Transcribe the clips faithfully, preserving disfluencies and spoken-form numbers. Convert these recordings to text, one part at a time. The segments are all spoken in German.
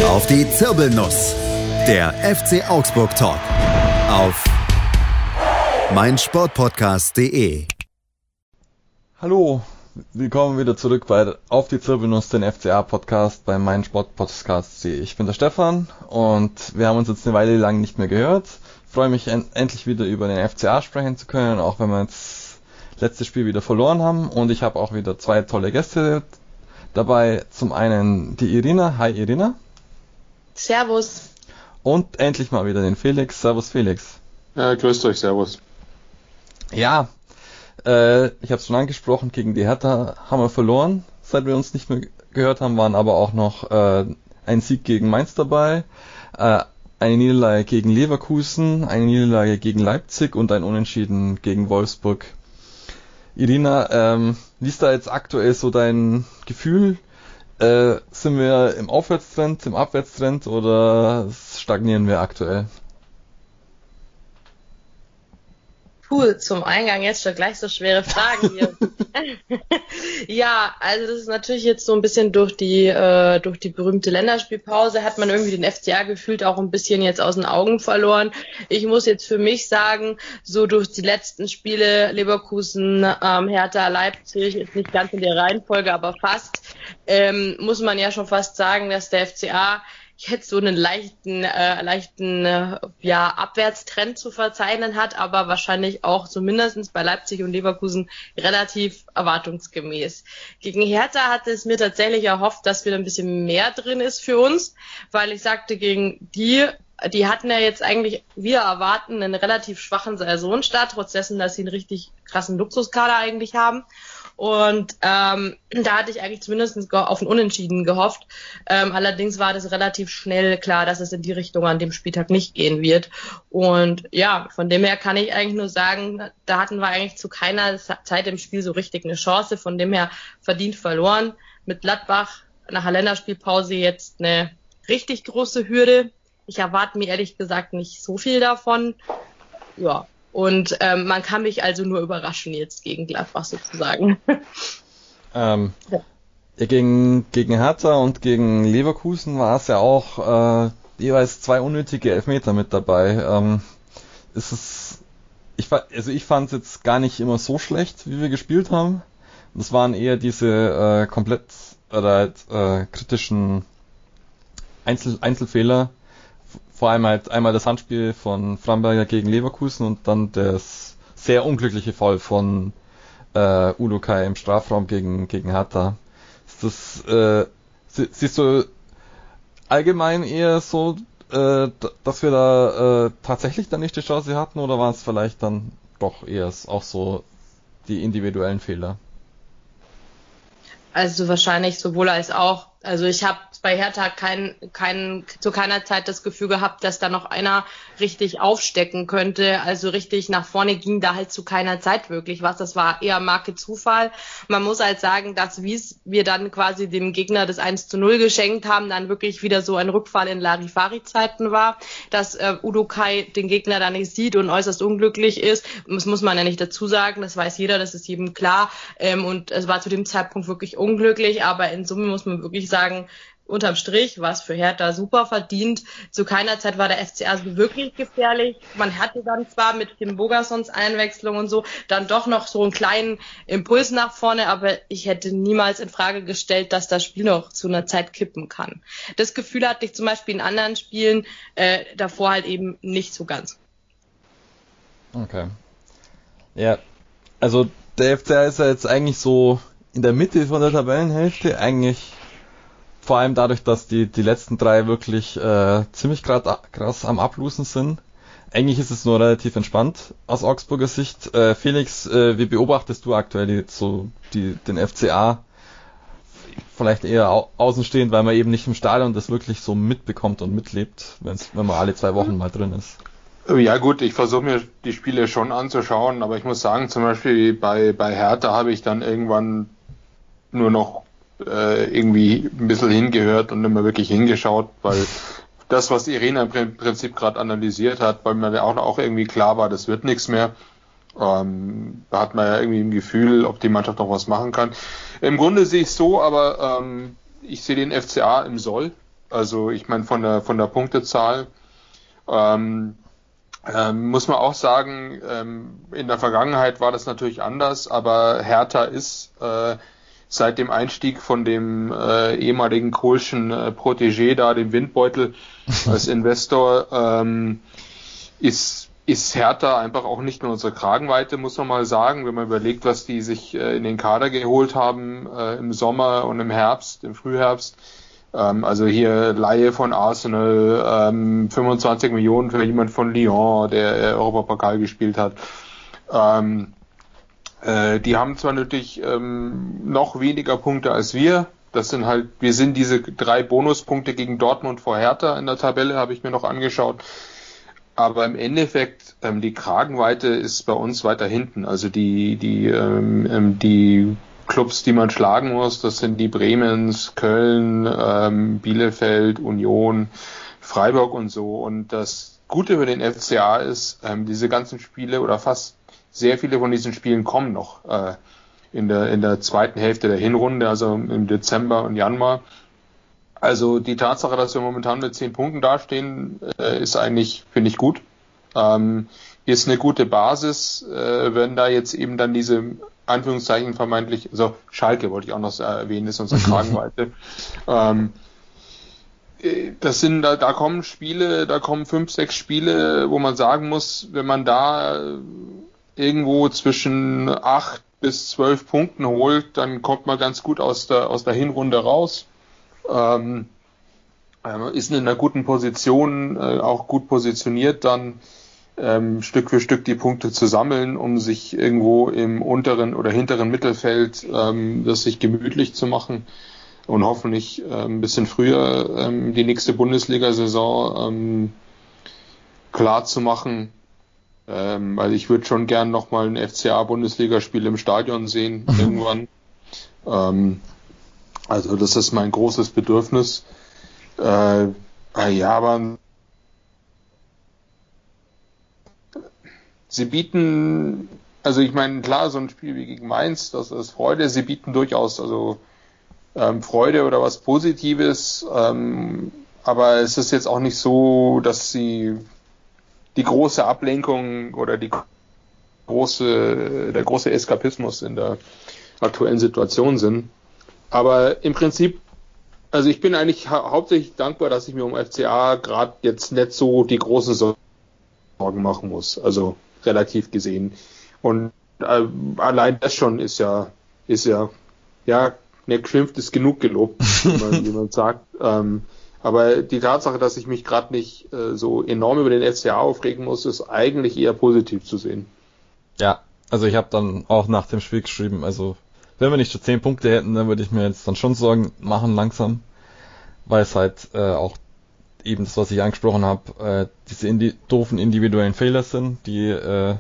Auf die Zirbelnuss. Der F C Augsburg Talk. Auf meinsportpodcast punkt de. Hallo, willkommen wieder zurück bei Auf die Zirbelnuss, den F C A-Podcast bei meinsportpodcast punkt de. Ich bin der Stefan und wir haben uns jetzt eine Weile lang nicht mehr gehört. Ich freue mich en- endlich wieder über den F C A sprechen zu können, auch wenn wir jetzt letztes Spiel wieder verloren haben. Und ich habe auch wieder zwei tolle Gäste dabei. Zum einen die Irina. Hi Irina. Servus. Und endlich mal wieder den Felix. Servus Felix. Ja, grüßt euch, servus. Ja, äh, ich habe es schon angesprochen, gegen die Hertha haben wir verloren, seit wir uns nicht mehr gehört haben, waren aber auch noch äh, ein Sieg gegen Mainz dabei, äh, eine Niederlage gegen Leverkusen, eine Niederlage gegen Leipzig und ein Unentschieden gegen Wolfsburg. Irina, ähm, wie ist da jetzt aktuell so dein Gefühl? Äh, sind wir im Aufwärtstrend, im Abwärtstrend oder stagnieren wir aktuell? Puh, zum Eingang jetzt schon gleich so schwere Fragen hier. Ja, also das ist natürlich jetzt so ein bisschen durch die äh, durch die berühmte Länderspielpause hat man irgendwie den F C A gefühlt auch ein bisschen jetzt aus den Augen verloren. Ich muss jetzt für mich sagen, so durch die letzten Spiele Leverkusen, ähm, Hertha, Leipzig, ist nicht ganz in der Reihenfolge, aber fast, ähm, muss man ja schon fast sagen, dass der F C A jetzt so einen leichten, äh, leichten äh, ja, Abwärtstrend zu verzeichnen hat, aber wahrscheinlich auch zumindest bei Leipzig und Leverkusen relativ erwartungsgemäß. Gegen Hertha hatte es mir tatsächlich erhofft, dass wieder ein bisschen mehr drin ist für uns, weil ich sagte, gegen die, die hatten ja jetzt eigentlich, wir erwarten, einen relativ schwachen Saisonstart, trotz dessen, dass sie einen richtig krassen Luxuskader eigentlich haben. Und ähm, da hatte ich eigentlich zumindest auf ein Unentschieden gehofft. Ähm, allerdings war das relativ schnell klar, dass es in die Richtung an dem Spieltag nicht gehen wird. Und ja, von dem her kann ich eigentlich nur sagen, da hatten wir eigentlich zu keiner Zeit im Spiel so richtig eine Chance. Von dem her verdient verloren. Mit Gladbach nach der Länderspielpause jetzt eine richtig große Hürde. Ich erwarte mir ehrlich gesagt nicht so viel davon. Ja. Und ähm, man kann mich also nur überraschen jetzt gegen Gladbach sozusagen. Ähm, ja. Ja, gegen, gegen Hertha und gegen Leverkusen war es ja auch äh, jeweils zwei unnötige Elfmeter mit dabei. Ähm, ist es, ich, also ich fand es jetzt gar nicht immer so schlecht, wie wir gespielt haben. Das waren eher diese äh, komplett oder halt, äh, kritischen Einzel, Einzelfehler. Vor allem halt einmal das Handspiel von Framberger gegen Leverkusen und dann das sehr unglückliche Foul von äh, Udokai im Strafraum gegen gegen Hertha. Ist das, äh, sie, siehst du allgemein eher so, äh, dass wir da äh, tatsächlich dann nicht die Chance hatten oder waren es vielleicht dann doch eher auch so die individuellen Fehler? Also wahrscheinlich sowohl als auch. Also ich habe bei Hertha kein, kein, zu keiner Zeit das Gefühl gehabt, dass da noch einer richtig aufstecken könnte. Also richtig nach vorne ging da halt zu keiner Zeit wirklich was. Das war eher Marke Zufall. Man muss halt sagen, dass wie es wir dann quasi dem Gegner das eins zu null geschenkt haben, dann wirklich wieder so ein Rückfall in Larifari-Zeiten war, dass äh, Udokai den Gegner da nicht sieht und äußerst unglücklich ist. Das muss man ja nicht dazu sagen, das weiß jeder, das ist jedem klar. Ähm, und es war zu dem Zeitpunkt wirklich unglücklich, aber in Summe muss man wirklich sagen, unterm Strich war es für Hertha super verdient. Zu keiner Zeit war der F C A so wirklich gefährlich. Man hatte dann zwar mit dem Bogasons Einwechslung und so dann doch noch so einen kleinen Impuls nach vorne, aber ich hätte niemals in Frage gestellt, dass das Spiel noch zu einer Zeit kippen kann. Das Gefühl hatte ich zum Beispiel in anderen Spielen äh, davor halt eben nicht so ganz. Okay. Ja, also der F C A ist ja jetzt eigentlich so in der Mitte von der Tabellenhälfte, eigentlich vor allem dadurch, dass die die letzten drei wirklich äh, ziemlich grad, krass am Ablosen sind. Eigentlich ist es nur relativ entspannt aus Augsburger Sicht. Äh, Felix, äh, wie beobachtest du aktuell die, so die, den F C A? Vielleicht eher au- außenstehend, weil man eben nicht im Stadion das wirklich so mitbekommt und mitlebt, wenn's, wenn man alle zwei Wochen mal drin ist. Ja gut, ich versuche mir die Spiele schon anzuschauen, aber ich muss sagen, zum Beispiel bei, bei Hertha habe ich dann irgendwann nur noch äh, irgendwie ein bisschen hingehört und nicht mehr wirklich hingeschaut, weil das, was Irina im Prinzip gerade analysiert hat, weil mir auch, auch irgendwie klar war, das wird nichts mehr. Ähm, da hat man ja irgendwie ein Gefühl, ob die Mannschaft noch was machen kann. Im Grunde sehe ich es so, aber ähm, ich sehe den F C A im Soll. Also ich meine von der von der Punktezahl ähm, ähm, muss man auch sagen, ähm, in der Vergangenheit war das natürlich anders, aber Hertha ist äh, seit dem Einstieg von dem äh, ehemaligen Kohlschen äh, Protégé da, dem Windbeutel als Investor, ähm, ist ist Hertha einfach auch nicht mehr unsere Kragenweite, muss man mal sagen, wenn man überlegt, was die sich äh, in den Kader geholt haben äh, im Sommer und im Herbst, im Frühherbst. Ähm, also hier Laie von Arsenal, ähm, fünfundzwanzig Millionen für jemand von Lyon, der äh, Europapokal gespielt hat. Ähm, äh, die haben zwar natürlich ähm, noch weniger Punkte als wir. Das sind halt, wir sind diese drei Bonuspunkte gegen Dortmund vor Hertha in der Tabelle, habe ich mir noch angeschaut. Aber im Endeffekt, ähm, die Kragenweite ist bei uns weiter hinten. Also die, die, ähm, die Clubs, die man schlagen muss, das sind die Bremens, Köln, ähm, Bielefeld, Union, Freiburg und so. Und das Gute für den F C A ist, ähm, diese ganzen Spiele oder fast sehr viele von diesen Spielen kommen noch äh, in der, in der zweiten Hälfte der Hinrunde, also im Dezember und Januar. Also die Tatsache, dass wir momentan mit zehn Punkten dastehen, äh, ist eigentlich, finde ich, gut. Ähm, ist eine gute Basis, äh, wenn da jetzt eben dann diese Anführungszeichen vermeintlich, also Schalke wollte ich auch noch erwähnen, ist unsere Kragenweite. ähm, das sind, da, da kommen Spiele, da kommen fünf, sechs Spiele, wo man sagen muss, wenn man da irgendwo zwischen acht bis zwölf Punkten holt, dann kommt man ganz gut aus der, aus der Hinrunde raus. Ähm, ist in einer guten Position, äh, auch gut positioniert, dann ähm, Stück für Stück die Punkte zu sammeln, um sich irgendwo im unteren oder hinteren Mittelfeld ähm, das sich gemütlich zu machen und hoffentlich äh, ein bisschen früher ähm, die nächste Bundesliga-Saison ähm, klar zu machen, ähm, weil ich würde schon gern nochmal ein F C A-Bundesligaspiel im Stadion sehen, irgendwann. Ähm, Also das ist mein großes Bedürfnis. Äh, ja, aber sie bieten, also ich meine, klar, so ein Spiel wie gegen Mainz, das ist Freude. Sie bieten durchaus also ähm, Freude oder was Positives, ähm, aber es ist jetzt auch nicht so, dass sie die große Ablenkung oder die große, der große Eskapismus in der aktuellen Situation sind. Aber im Prinzip, also ich bin eigentlich hau- hauptsächlich dankbar, dass ich mir um F C A gerade jetzt nicht so die großen Sorgen machen muss, also relativ gesehen. Und äh, allein das schon ist ja, ist ja, ja, nicht geschimpft ist genug gelobt, wie man, wie man sagt. Ähm, aber die Tatsache, dass ich mich gerade nicht äh, so enorm über den F C A aufregen muss, ist eigentlich eher positiv zu sehen. Ja, also ich habe dann auch nach dem Spiel geschrieben, also wenn wir nicht schon zehn Punkte hätten, dann würde ich mir jetzt dann schon Sorgen machen langsam, weil es halt äh, auch eben das, was ich angesprochen habe, äh, diese indi- doofen individuellen Fehler sind, die äh,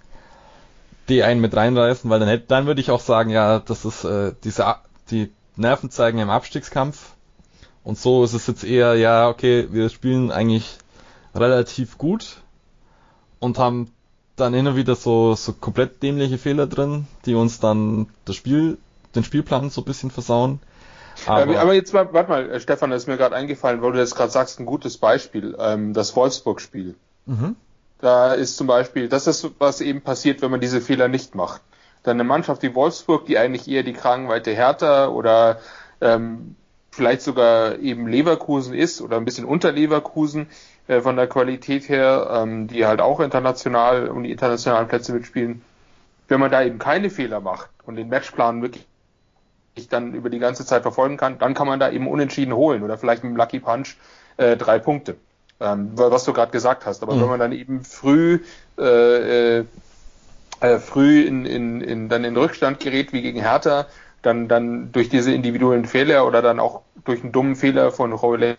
die einen mit reinreißen, weil dann hätte, dann würde ich auch sagen, ja, das ist äh, diese die Nerven zeigen im Abstiegskampf und so ist es jetzt eher, ja, okay, wir spielen eigentlich relativ gut und haben dann immer wieder so, so komplett dämliche Fehler drin, die uns dann das Spiel, den Spielplan so ein bisschen versauen. Aber, aber jetzt, warte mal, Stefan, das ist mir gerade eingefallen, weil du jetzt gerade sagst, ein gutes Beispiel, ähm, das Wolfsburg-Spiel. Mhm. Da ist zum Beispiel, das ist, was eben passiert, wenn man diese Fehler nicht macht. Dann eine Mannschaft wie Wolfsburg, die eigentlich eher die Kragenweite Hertha oder ähm, vielleicht sogar eben Leverkusen ist oder ein bisschen unter Leverkusen, von der Qualität her, ähm, die halt auch international um die internationalen Plätze mitspielen. Wenn man da eben keine Fehler macht und den Matchplan wirklich dann über die ganze Zeit verfolgen kann, dann kann man da eben unentschieden holen oder vielleicht mit dem Lucky Punch äh, drei Punkte, ähm, was du gerade gesagt hast. Aber mhm. wenn man dann eben früh äh, äh, früh in, in, in dann in Rückstand gerät wie gegen Hertha, dann dann durch diese individuellen Fehler oder dann auch durch einen dummen Fehler von Raul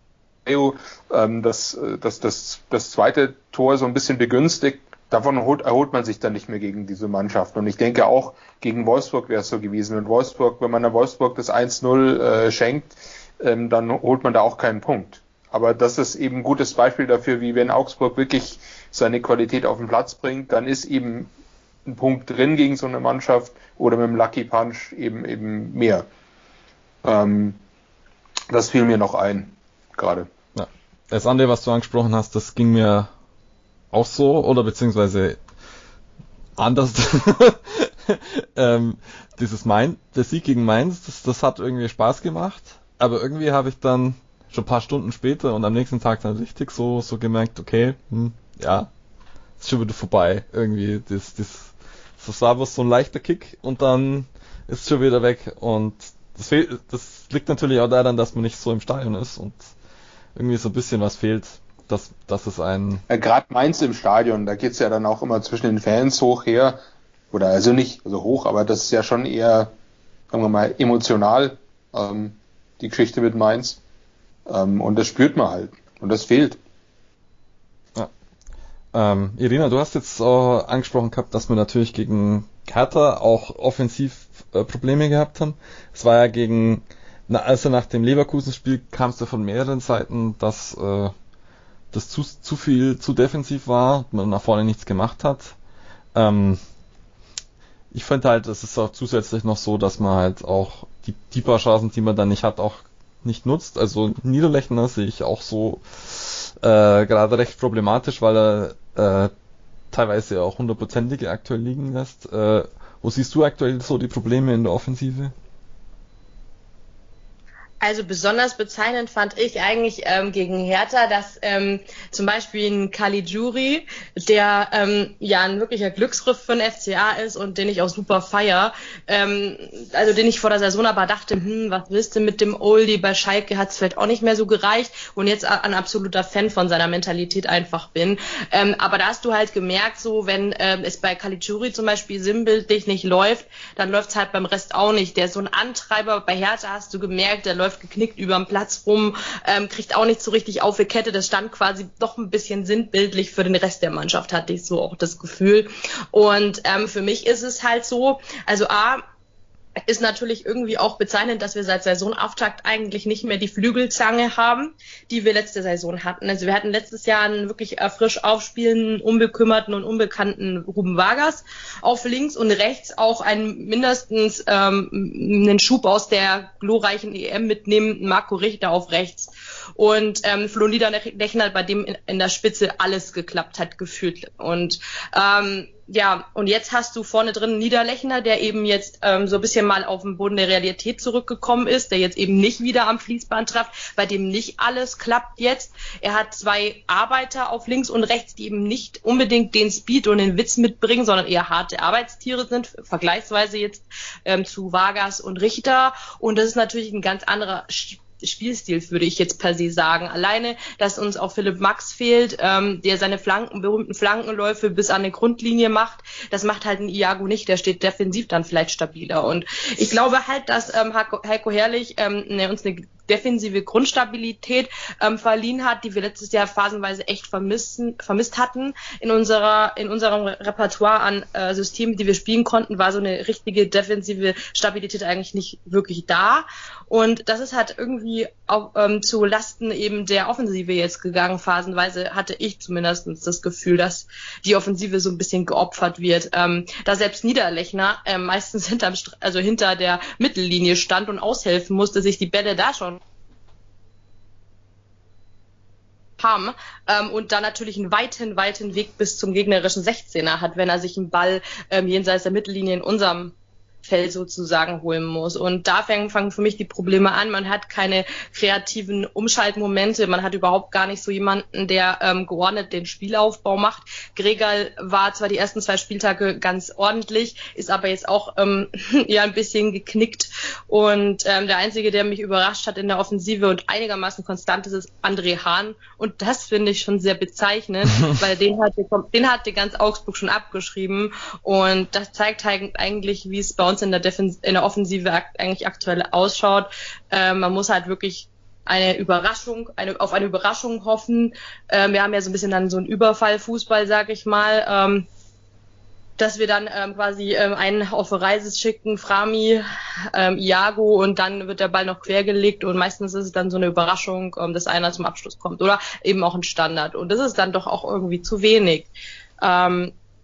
Das, das, das, das zweite Tor so ein bisschen begünstigt, davon erholt, erholt man sich dann nicht mehr gegen diese Mannschaft. Und ich denke auch, gegen Wolfsburg wäre es so gewesen. Wenn Wolfsburg, wenn man der Wolfsburg das eins null äh, schenkt, ähm, dann holt man da auch keinen Punkt. Aber das ist eben ein gutes Beispiel dafür, wie wenn Augsburg wirklich seine Qualität auf den Platz bringt, dann ist eben ein Punkt drin gegen so eine Mannschaft oder mit dem Lucky Punch eben eben mehr. Ähm, das fiel mir noch ein. gerade. Ja. Das andere, was du angesprochen hast, das ging mir auch so, oder beziehungsweise anders. ähm, dieses Main, der Sieg gegen Mainz, das, das hat irgendwie Spaß gemacht, aber irgendwie habe ich dann schon ein paar Stunden später und am nächsten Tag dann richtig so so gemerkt, okay, hm, ja, ist schon wieder vorbei. Irgendwie, das, das, das war bloß so ein leichter Kick und dann ist es schon wieder weg. Und das fehlt, das liegt natürlich auch daran, dass man nicht so im Stadion ist und irgendwie so ein bisschen was fehlt, dass, dass es ein... Ja, gerade Mainz im Stadion, da geht's ja dann auch immer zwischen den Fans hoch her, oder also nicht also hoch, aber das ist ja schon eher, sagen wir mal, emotional, ähm, die Geschichte mit Mainz. Ähm, und das spürt man halt. Und das fehlt. Ja. Ähm, Irina, du hast jetzt äh, angesprochen gehabt, dass wir natürlich gegen Hertha auch offensiv äh, Probleme gehabt haben. Es war ja gegen, na, also nach dem Leverkusen-Spiel kam es ja von mehreren Seiten, dass äh, das zu, zu viel, zu defensiv war, man nach vorne nichts gemacht hat. Ähm, ich finde halt, es ist auch zusätzlich noch so, dass man halt auch die, die paar Chancen, die man dann nicht hat, auch nicht nutzt. Also Niederlechner sehe ich auch so äh, gerade recht problematisch, weil er äh, teilweise auch hundertprozentige aktuell liegen lässt. Äh, wo siehst du aktuell so die Probleme in der Offensive? Also besonders bezeichnend fand ich eigentlich ähm, gegen Hertha, dass ähm, zum Beispiel ein Caligiuri, der ähm, ja ein wirklicher Glücksgriff für den F C A ist und den ich auch super feier, ähm, also den ich vor der Saison aber dachte, hm, was willst du mit dem Oldie, bei Schalke hat es vielleicht auch nicht mehr so gereicht und jetzt ein absoluter Fan von seiner Mentalität einfach bin. Ähm, aber da hast du halt gemerkt, so wenn ähm, es bei Caligiuri zum Beispiel sinnbildlich nicht läuft, dann läuft es halt beim Rest auch nicht. Der ist so ein Antreiber, bei Hertha hast du gemerkt, der läuft geknickt über den Platz rum, ähm, kriegt auch nicht so richtig auf die Kette. Das stand quasi doch ein bisschen sinnbildlich für den Rest der Mannschaft, hatte ich so auch das Gefühl. Und ähm, für mich ist es halt so, also A, ist natürlich irgendwie auch bezeichnend, dass wir seit Saisonauftakt eigentlich nicht mehr die Flügelzange haben, die wir letzte Saison hatten. Also wir hatten letztes Jahr einen wirklich frisch aufspielenden, unbekümmerten und unbekannten Ruben Vargas auf links und rechts auch einen mindestens ähm, einen Schub aus der glorreichen E M mitnehmenden Marco Richter auf rechts. Und ähm, Flo Niederlechner, bei dem in, in der Spitze alles geklappt hat, gefühlt. Und ähm, ja, und jetzt hast du vorne drin Niederlechner, der eben jetzt ähm, so ein bisschen mal auf den Boden der Realität zurückgekommen ist, der jetzt eben nicht wieder am Fließband trifft, bei dem nicht alles klappt jetzt. Er hat zwei Arbeiter auf links und rechts, die eben nicht unbedingt den Speed und den Witz mitbringen, sondern eher harte Arbeitstiere sind, vergleichsweise jetzt ähm, zu Vargas und Richter. Und das ist natürlich ein ganz anderer Spielstil, würde ich jetzt per se sagen. Alleine, dass uns auch Philipp Max fehlt, ähm, der seine Flanken, berühmten Flankenläufe bis an die Grundlinie macht, das macht halt ein Iago nicht, der steht defensiv dann vielleicht stabiler. Und ich glaube halt, dass ähm, Heiko Herrlich ähm, ne, uns eine defensive Grundstabilität ähm, verliehen hat, die wir letztes Jahr phasenweise echt vermissen, vermisst hatten. In unserer in unserem Repertoire an äh, Systemen, die wir spielen konnten, war so eine richtige defensive Stabilität eigentlich nicht wirklich da. Und das ist halt irgendwie auch ähm, zu Lasten eben der Offensive jetzt gegangen. Phasenweise hatte ich zumindest das Gefühl, dass die Offensive so ein bisschen geopfert wird. Ähm, da selbst Niederlechner äh, meistens hinterm, also hinter der Mittellinie stand und aushelfen musste, sich die Bälle da schon haben ähm, und dann natürlich einen weiten, weiten Weg bis zum gegnerischen sechzehner hat, wenn er sich einen Ball ähm, jenseits der Mittellinie in unserem Feld sozusagen holen muss. Und da fangen, fangen für mich die Probleme an. Man hat keine kreativen Umschaltmomente. Man hat überhaupt gar nicht so jemanden, der ähm, geordnet den Spielaufbau macht. Gregal war zwar die ersten zwei Spieltage ganz ordentlich, ist aber jetzt auch ähm, ja ein bisschen geknickt. Und ähm, der Einzige, der mich überrascht hat in der Offensive und einigermaßen konstant ist, ist André Hahn. Und das finde ich schon sehr bezeichnend, weil den hat, den hat die ganz Augsburg schon abgeschrieben. Und das zeigt halt eigentlich, wie es bei uns in der, Defens- in der Offensive ak- eigentlich aktuell ausschaut. Äh, man muss halt wirklich eine Überraschung, eine, auf eine Überraschung hoffen. Ähm, wir haben ja so ein bisschen dann so einen Überfallfußball, sag ich mal, ähm, dass wir dann ähm, quasi ähm, einen auf Reise schicken, Frami, ähm, Iago, und dann wird der Ball noch quergelegt und meistens ist es dann so eine Überraschung, ähm, dass einer zum Abschluss kommt oder eben auch ein Standard. Und das ist dann doch auch irgendwie zu wenig. Ähm,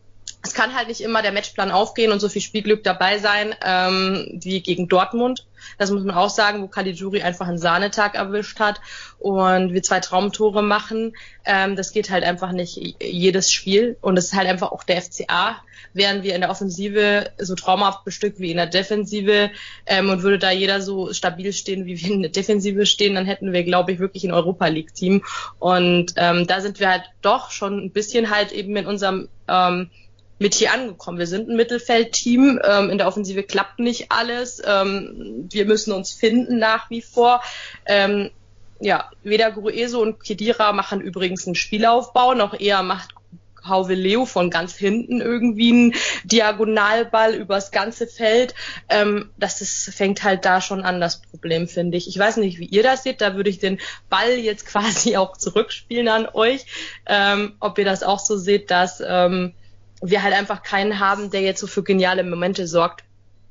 es kann halt nicht immer der Matchplan aufgehen und so viel Spielglück dabei sein ähm, wie gegen Dortmund. Das muss man auch sagen, wo Caligiuri einfach einen Sahnetag erwischt hat und wir zwei Traumtore machen. Ähm, das geht halt einfach nicht jedes Spiel und es ist halt einfach auch der F C A. Wären wir in der Offensive so traumhaft bestückt wie in der Defensive ähm, und würde da jeder so stabil stehen, wie wir in der Defensive stehen, dann hätten wir, glaube ich, wirklich ein Europa-League-Team. Und ähm, da sind wir halt doch schon ein bisschen halt eben in unserem ähm, mit hier angekommen. Wir sind ein Mittelfeldteam, ähm, in der Offensive klappt nicht alles, ähm, wir müssen uns finden nach wie vor. Ähm, ja, weder Grueso und Khedira machen übrigens einen Spielaufbau, noch eher macht Hauwe Leo von ganz hinten irgendwie einen Diagonalball übers ganze Feld. Ähm, das ist, fängt halt da schon an, das Problem, finde ich. Ich weiß nicht, wie ihr das seht, da würde ich den Ball jetzt quasi auch zurückspielen an euch, ähm, ob ihr das auch so seht, dass ähm, wir halt einfach keinen haben, der jetzt so für geniale Momente sorgt.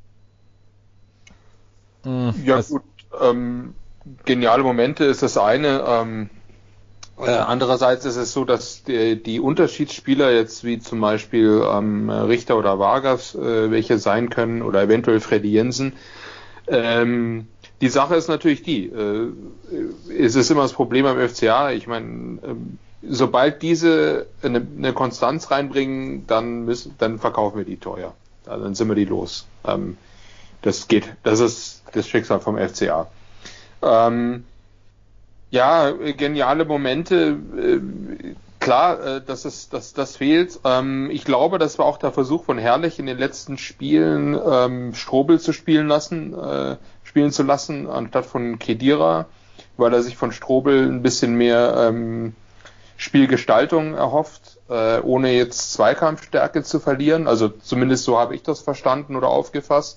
Ja gut, ähm, geniale Momente ist das eine. Ähm, äh, andererseits ist es so, dass die, die Unterschiedsspieler jetzt wie zum Beispiel ähm, Richter oder Vargas, äh, welche sein können, oder eventuell Freddy Jensen, ähm, die Sache ist natürlich die, äh, es ist immer das Problem am F C A, ich meine, ähm, sobald diese eine, eine Konstanz reinbringen, dann müssen, dann verkaufen wir die teuer. Also dann sind wir die los. Ähm, das geht, das ist das Schicksal vom F C A. Ähm, ja, geniale Momente, äh, klar, äh, das ist, das, das fehlt. Ähm, ich glaube, das war auch der Versuch von Herrlich in den letzten Spielen, ähm, Strobel zu spielen lassen, äh, spielen zu lassen, anstatt von Khedira, weil er sich von Strobel ein bisschen mehr ähm, Spielgestaltung erhofft, äh, ohne jetzt Zweikampfstärke zu verlieren. Also zumindest so habe ich das verstanden oder aufgefasst.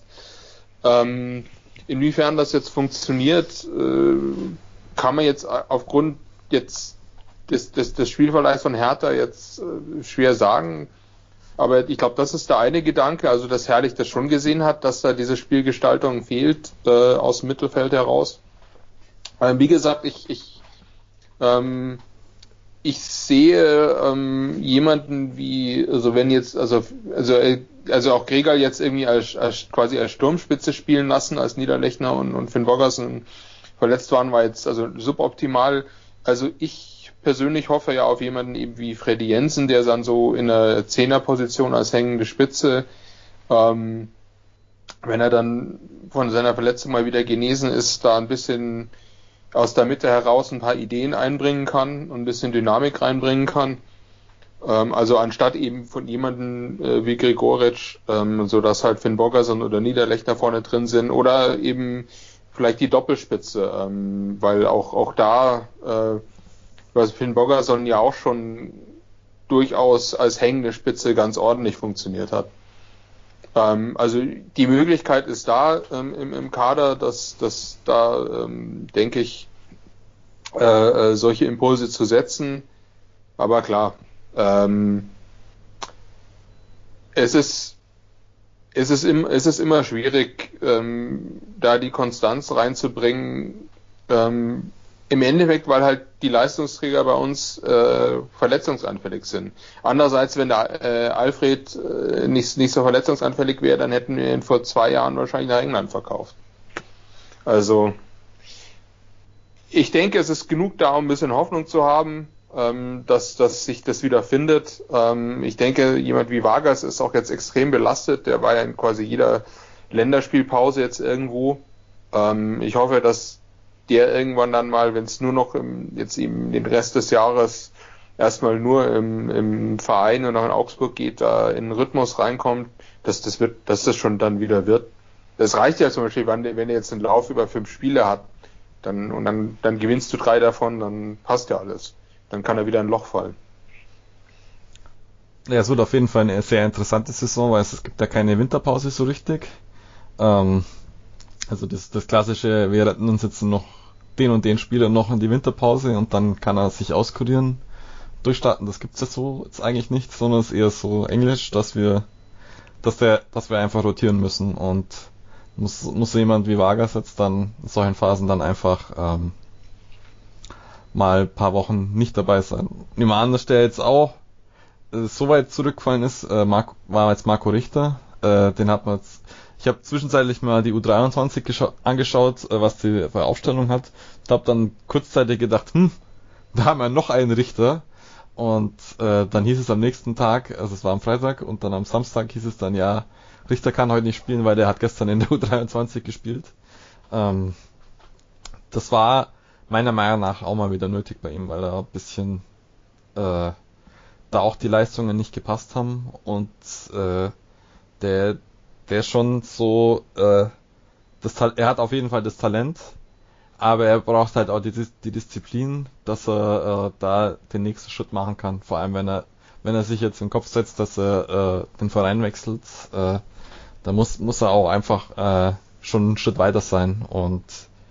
Ähm, inwiefern das jetzt funktioniert, äh, kann man jetzt aufgrund jetzt des, des, des Spielverlaufs von Hertha jetzt äh, schwer sagen. Aber ich glaube, das ist der eine Gedanke, also dass Herrlich das schon gesehen hat, dass da diese Spielgestaltung fehlt äh, aus dem Mittelfeld heraus. Ähm, wie gesagt, ich, ich ähm, Ich sehe ähm, jemanden wie, also wenn jetzt, also also also auch Gregal jetzt irgendwie als, als quasi als Sturmspitze spielen lassen, als Niederlechner und, und Finn Bogerson verletzt waren, war jetzt also suboptimal. Also ich persönlich hoffe ja auf jemanden eben wie Freddy Jensen, der dann so in der Zehnerposition als hängende Spitze, ähm, wenn er dann von seiner Verletzung mal wieder genesen ist, da ein bisschen aus der Mitte heraus ein paar Ideen einbringen kann und ein bisschen Dynamik reinbringen kann. Ähm, also anstatt eben von jemandem äh, wie Gregoritsch, ähm, so dass halt Finn Bogerson oder Niederlechner vorne drin sind oder eben vielleicht die Doppelspitze, ähm, weil auch auch da, äh, was Finn Bogerson ja auch schon durchaus als hängende Spitze ganz ordentlich funktioniert hat. Ähm, also die Möglichkeit ist da ähm, im, im Kader, dass, dass da, ähm, denke ich, äh, äh, solche Impulse zu setzen. Aber klar, ähm, es ist es ist, im, es ist immer schwierig, ähm, da die Konstanz reinzubringen. Ähm, Im Endeffekt, weil halt die Leistungsträger bei uns äh, verletzungsanfällig sind. Andererseits, wenn der äh, Alfred äh, nicht, nicht so verletzungsanfällig wäre, dann hätten wir ihn vor zwei Jahren wahrscheinlich nach England verkauft. Also ich denke, es ist genug da, um ein bisschen Hoffnung zu haben, ähm, dass, dass sich das wieder findet. Ähm, ich denke, jemand wie Vargas ist auch jetzt extrem belastet. Der war ja in quasi jeder Länderspielpause jetzt irgendwo. Ähm, ich hoffe, dass der irgendwann dann mal, wenn es nur noch im, jetzt eben den Rest des Jahres erstmal nur im, im Verein und auch in Augsburg geht, da in den Rhythmus reinkommt, dass das wird, dass das schon dann wieder wird. Das reicht ja zum Beispiel, wenn, wenn er jetzt einen Lauf über fünf Spiele hat, dann, und dann, dann gewinnst du drei davon, dann passt ja alles. Dann kann er wieder in ein Loch fallen. Ja, es wird auf jeden Fall eine sehr interessante Saison, weil es, es gibt ja keine Winterpause so richtig. Ähm, Also das, das klassische, wir retten uns jetzt noch den und den Spieler noch in die Winterpause und dann kann er sich auskurieren, durchstarten. Das gibt's ja so jetzt eigentlich nicht, sondern es ist eher so englisch, dass wir, dass der, dass wir einfach rotieren müssen und muss, muss jemand wie Vargas jetzt dann in solchen Phasen dann einfach ähm, mal ein paar Wochen nicht dabei sein. Nehmen wir an, dass der jetzt auch äh, so weit zurückgefallen ist, äh, Marco, war jetzt Marco Richter. Äh, den hat man jetzt, ich habe zwischenzeitlich mal die U dreiundzwanzig gescha- angeschaut, äh, was die für Aufstellung hat. Ich habe dann kurzzeitig gedacht, hm, da haben wir noch einen Richter. Und äh, dann hieß es am nächsten Tag, also es war am Freitag, und dann am Samstag hieß es dann, ja, Richter kann heute nicht spielen, weil der hat gestern in der U dreiundzwanzig gespielt. Ähm, das war meiner Meinung nach auch mal wieder nötig bei ihm, weil er ein bisschen äh, da auch die Leistungen nicht gepasst haben und äh, der der schon so äh, das Ta- er hat auf jeden Fall das Talent, aber er braucht halt auch die, die Disziplin, dass er äh, da den nächsten Schritt machen kann, vor allem wenn er wenn er sich jetzt in den Kopf setzt, dass er äh, den Verein wechselt, äh, da muss muss er auch einfach äh, schon einen Schritt weiter sein und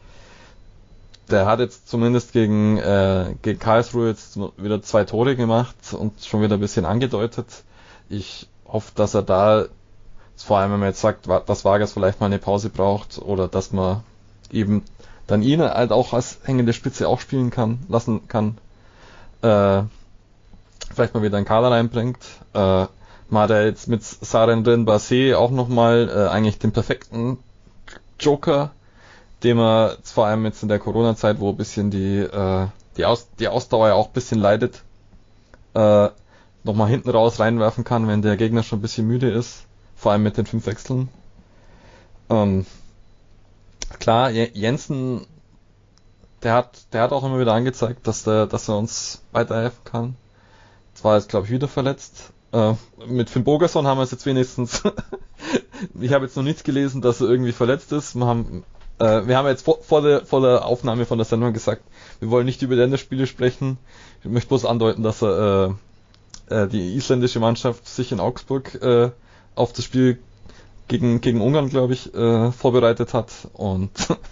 der hat jetzt zumindest gegen, äh, gegen Karlsruhe jetzt wieder zwei Tore gemacht und schon wieder ein bisschen angedeutet. Ich hoffe, dass er da, vor allem wenn man jetzt sagt, dass Vargas vielleicht mal eine Pause braucht oder dass man eben dann ihn halt auch als hängende Spitze auch spielen kann, lassen kann, äh, vielleicht mal wieder einen Kader reinbringt. Äh, man hat ja jetzt mit Sarendran Basse auch nochmal äh, eigentlich den perfekten Joker, dem er vor allem jetzt in der Corona-Zeit, wo ein bisschen die äh, die, Aus, die Ausdauer ja auch ein bisschen leidet, äh, nochmal hinten raus reinwerfen kann, wenn der Gegner schon ein bisschen müde ist, vor allem mit den fünf Wechseln. Ähm, klar, Jensen, der hat der hat auch immer wieder angezeigt, dass der dass er uns weiterhelfen kann. Zwar ist, glaube ich, wieder verletzt. Äh, mit Finn Bogerson haben wir es jetzt wenigstens. Ich habe jetzt noch nichts gelesen, dass er irgendwie verletzt ist. Wir haben Äh, wir haben jetzt vor, vor, der, vor der Aufnahme von der Sendung gesagt, wir wollen nicht über Länderspiele sprechen. Ich möchte bloß andeuten, dass er äh, äh, die isländische Mannschaft sich in Augsburg äh, auf das Spiel gegen gegen Ungarn, glaube ich, äh, vorbereitet hat und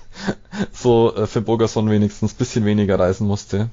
so äh, für Bogerson wenigstens ein bisschen weniger reisen musste.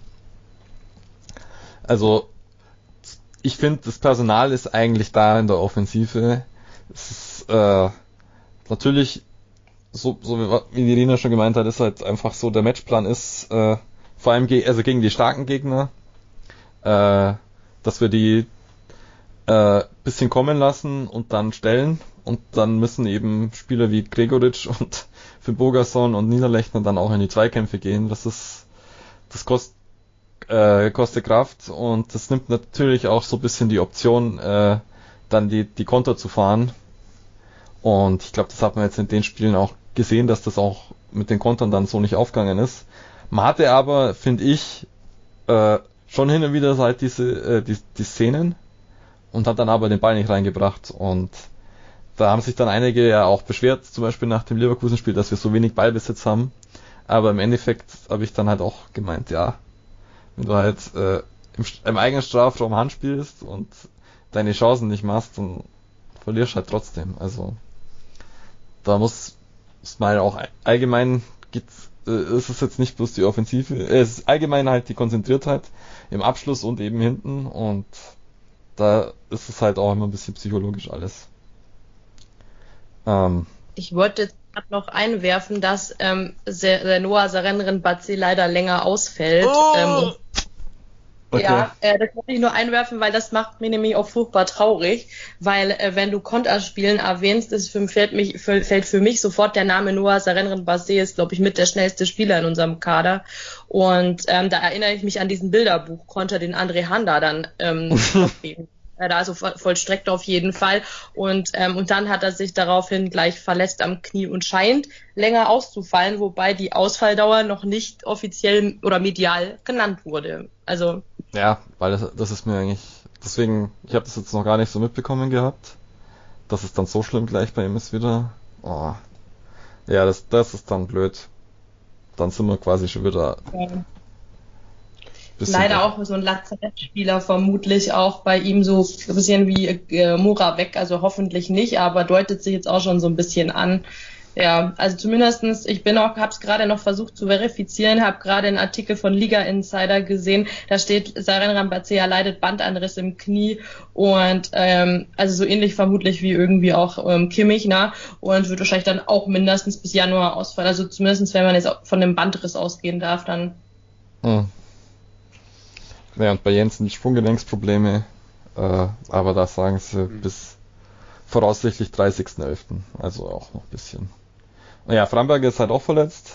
Also ich finde, das Personal ist eigentlich da in der Offensive. Es ist äh, natürlich so, so wie die Irina schon gemeint hat, ist halt einfach so, der Matchplan ist, äh, vor allem ge- also gegen die starken Gegner, äh, dass wir die äh, bisschen kommen lassen und dann stellen und dann müssen eben Spieler wie Gregoritsch und Finn Bogerson und Niederlechner dann auch in die Zweikämpfe gehen. Das ist, das kost, äh, kostet Kraft und das nimmt natürlich auch so ein bisschen die Option, äh, dann die, die Konter zu fahren. Und ich glaube, das hat man jetzt in den Spielen auch gesehen, dass das auch mit den Kontern dann so nicht aufgegangen ist. Man hatte aber, finde ich, äh, schon hin und wieder halt diese äh, die, die Szenen und hat dann aber den Ball nicht reingebracht. Und da haben sich dann einige ja auch beschwert, zum Beispiel nach dem Leverkusen-Spiel, dass wir so wenig Ballbesitz haben. Aber im Endeffekt habe ich dann halt auch gemeint, ja, wenn du halt äh, im, im eigenen Strafraum Hand spielst und deine Chancen nicht machst, dann verlierst du halt trotzdem. Also da muss es mal auch allgemein gibt's, äh, ist es jetzt nicht bloß die Offensive, äh, es ist allgemein halt die Konzentriertheit im Abschluss und eben hinten und da ist es halt auch immer ein bisschen psychologisch alles. Ähm, ich wollte jetzt noch einwerfen, dass ähm, Noah Sarendran-Basse leider länger ausfällt. Oh! Ähm, Okay. Ja, äh, das wollte ich nur einwerfen, weil das macht mich nämlich auch furchtbar traurig, weil äh, wenn du Konterspielen erwähnst, ist für, fällt, mich, für, fällt für mich sofort der Name Noah Sarendran-Basse, ist glaube ich mit der schnellste Spieler in unserem Kader und ähm, da erinnere ich mich an diesen Bilderbuch-Konter, den André Handa dann ähm, da also vollstreckt auf jeden Fall und ähm, und dann hat er sich daraufhin gleich verletzt am Knie und scheint länger auszufallen, wobei die Ausfalldauer noch nicht offiziell oder medial genannt wurde. Also ja, weil das, das ist mir eigentlich, deswegen, ich habe das jetzt noch gar nicht so mitbekommen gehabt, dass es dann so schlimm gleich bei ihm ist wieder. Oh. Ja, das das ist dann blöd. Dann sind wir quasi schon wieder ja. Leider auch so ein Lazarettspieler vermutlich auch bei ihm so ein bisschen wie äh, Mura weg, also hoffentlich nicht, aber deutet sich jetzt auch schon so ein bisschen an. Ja, also zumindestens, ich bin auch, hab's gerade noch versucht zu verifizieren, habe gerade einen Artikel von Liga Insider gesehen, da steht, Sarendran-Basse leidet Bandanriss im Knie und ähm, also so ähnlich vermutlich wie irgendwie auch ähm, Kimmich, na, und wird wahrscheinlich dann auch mindestens bis Januar ausfallen, also zumindestens, wenn man jetzt von einem Bandriss ausgehen darf, dann. Hm. Ja, und bei Jensen die Sprunggelenksprobleme, Äh, aber da sagen sie Mhm. bis voraussichtlich dreißigsten elften Also auch noch ein bisschen. Naja, Framberger ist halt auch verletzt.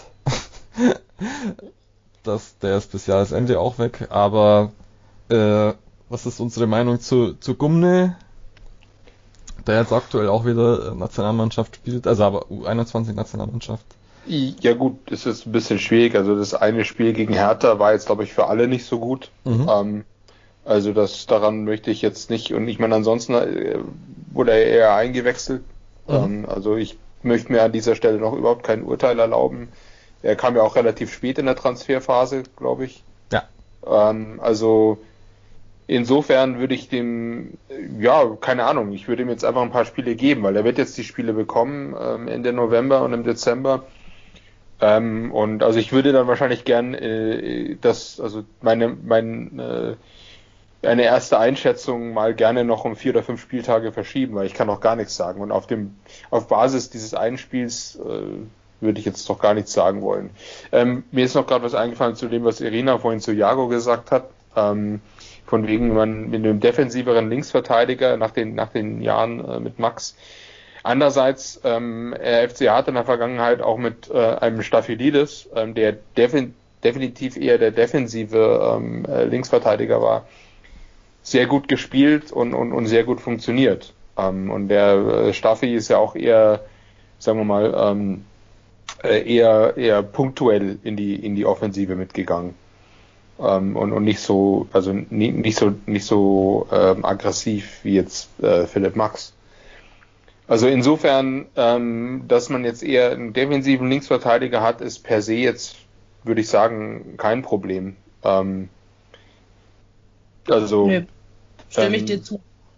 das, der ist bis Jahresende auch weg. Aber äh, was ist unsere Meinung zu, zu Gumne? Der jetzt aktuell auch wieder Nationalmannschaft spielt, also aber U einundzwanzig Nationalmannschaft. Ja gut, es ist ein bisschen schwierig. Also das eine Spiel gegen Hertha war jetzt, glaube ich, für alle nicht so gut. Mhm. Ähm, also das daran möchte ich jetzt nicht. Und ich meine, ansonsten äh, wurde er eher eingewechselt. Mhm. Ähm, also ich möchte mir an dieser Stelle noch überhaupt kein Urteil erlauben. Er kam ja auch relativ spät in der Transferphase, glaube ich. Ja. Ähm, also insofern würde ich dem, ja, keine Ahnung, ich würde ihm jetzt einfach ein paar Spiele geben, weil er wird jetzt die Spiele bekommen ähm, Ende November und im Dezember. Ähm, und also ich würde dann wahrscheinlich gern äh, das, also meine, mein, äh, eine erste Einschätzung mal gerne noch um vier oder fünf Spieltage verschieben, weil ich kann noch gar nichts sagen. Und auf dem, auf Basis dieses einen Spiels äh, würde ich jetzt doch gar nichts sagen wollen. Ähm, mir ist noch gerade was eingefallen zu dem, was Irina vorhin zu Jago gesagt hat. Ähm, von wegen man mit einem defensiveren Linksverteidiger nach den nach den Jahren äh, mit Max. Andererseits, ähm, der F C hat in der Vergangenheit auch mit äh, einem Staphylides, ähm, der defin- definitiv eher der defensive ähm, äh, Linksverteidiger war, sehr gut gespielt und, und, und sehr gut funktioniert. Ähm, und der äh, Staffi ist ja auch eher, sagen wir mal, ähm, äh, eher eher punktuell in die in die Offensive mitgegangen. Ähm, und, und nicht so, also nie, nicht so nicht so ähm, aggressiv wie jetzt äh, Philipp Max. Also insofern, ähm, dass man jetzt eher einen defensiven Linksverteidiger hat, ist per se jetzt, würde ich sagen, kein Problem. Ähm, also Nö, stimme ich ähm, dir zu.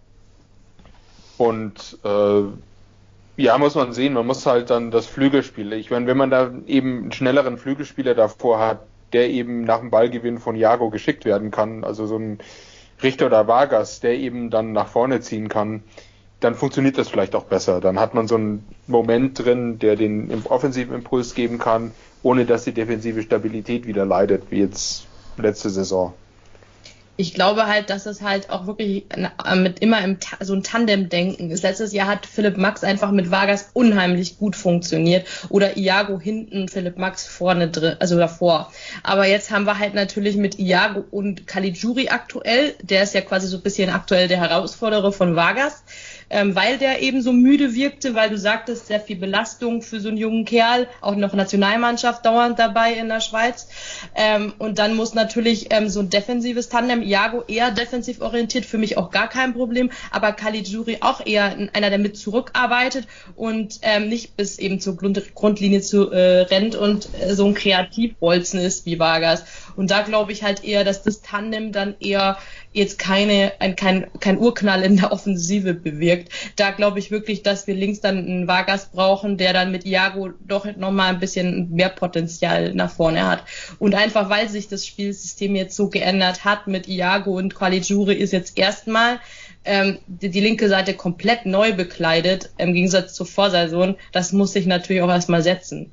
Und äh, ja, muss man sehen, man muss halt dann das Flügelspiel. Ich meine, wenn man da eben einen schnelleren Flügelspieler davor hat, der eben nach dem Ballgewinn von Jago geschickt werden kann, also so ein Richter oder Vargas, der eben dann nach vorne ziehen kann, dann funktioniert das vielleicht auch besser. Dann hat man so einen Moment drin, der den offensiven Impuls geben kann, ohne dass die defensive Stabilität wieder leidet, wie jetzt letzte Saison. Ich glaube halt, dass es halt auch wirklich mit immer im Ta- so ein Tandem-Denken ist. Letztes Jahr hat Philipp Max einfach mit Vargas unheimlich gut funktioniert oder Iago hinten, Philipp Max vorne drin, also davor. Aber jetzt haben wir halt natürlich mit Iago und Caligiuri aktuell, der ist ja quasi so ein bisschen aktuell der Herausforderer von Vargas, ähm, weil der eben so müde wirkte, weil du sagtest, sehr viel Belastung für so einen jungen Kerl, auch noch Nationalmannschaft dauernd dabei in der Schweiz. Ähm, und dann muss natürlich ähm, so ein defensives Tandem, Iago eher defensiv orientiert, für mich auch gar kein Problem, aber Caligiuri auch eher einer, der mit zurückarbeitet und ähm, nicht bis eben zur Grund- Grundlinie zu äh, rennt und äh, so ein Kreativbolzen ist wie Vargas. Und da glaube ich halt eher, dass das Tandem dann eher jetzt keine, ein, kein, kein Urknall in der Offensive bewirkt. Da glaube ich wirklich, dass wir links dann einen Vargas brauchen, der dann mit Iago doch nochmal ein bisschen mehr Potenzial nach vorne hat. Und einfach, weil sich das Spielsystem jetzt so geändert hat mit Iago und Caligiuri ist jetzt erstmal ähm, die, die linke Seite komplett neu bekleidet, im Gegensatz zur Vorsaison. Das muss sich natürlich auch erstmal setzen.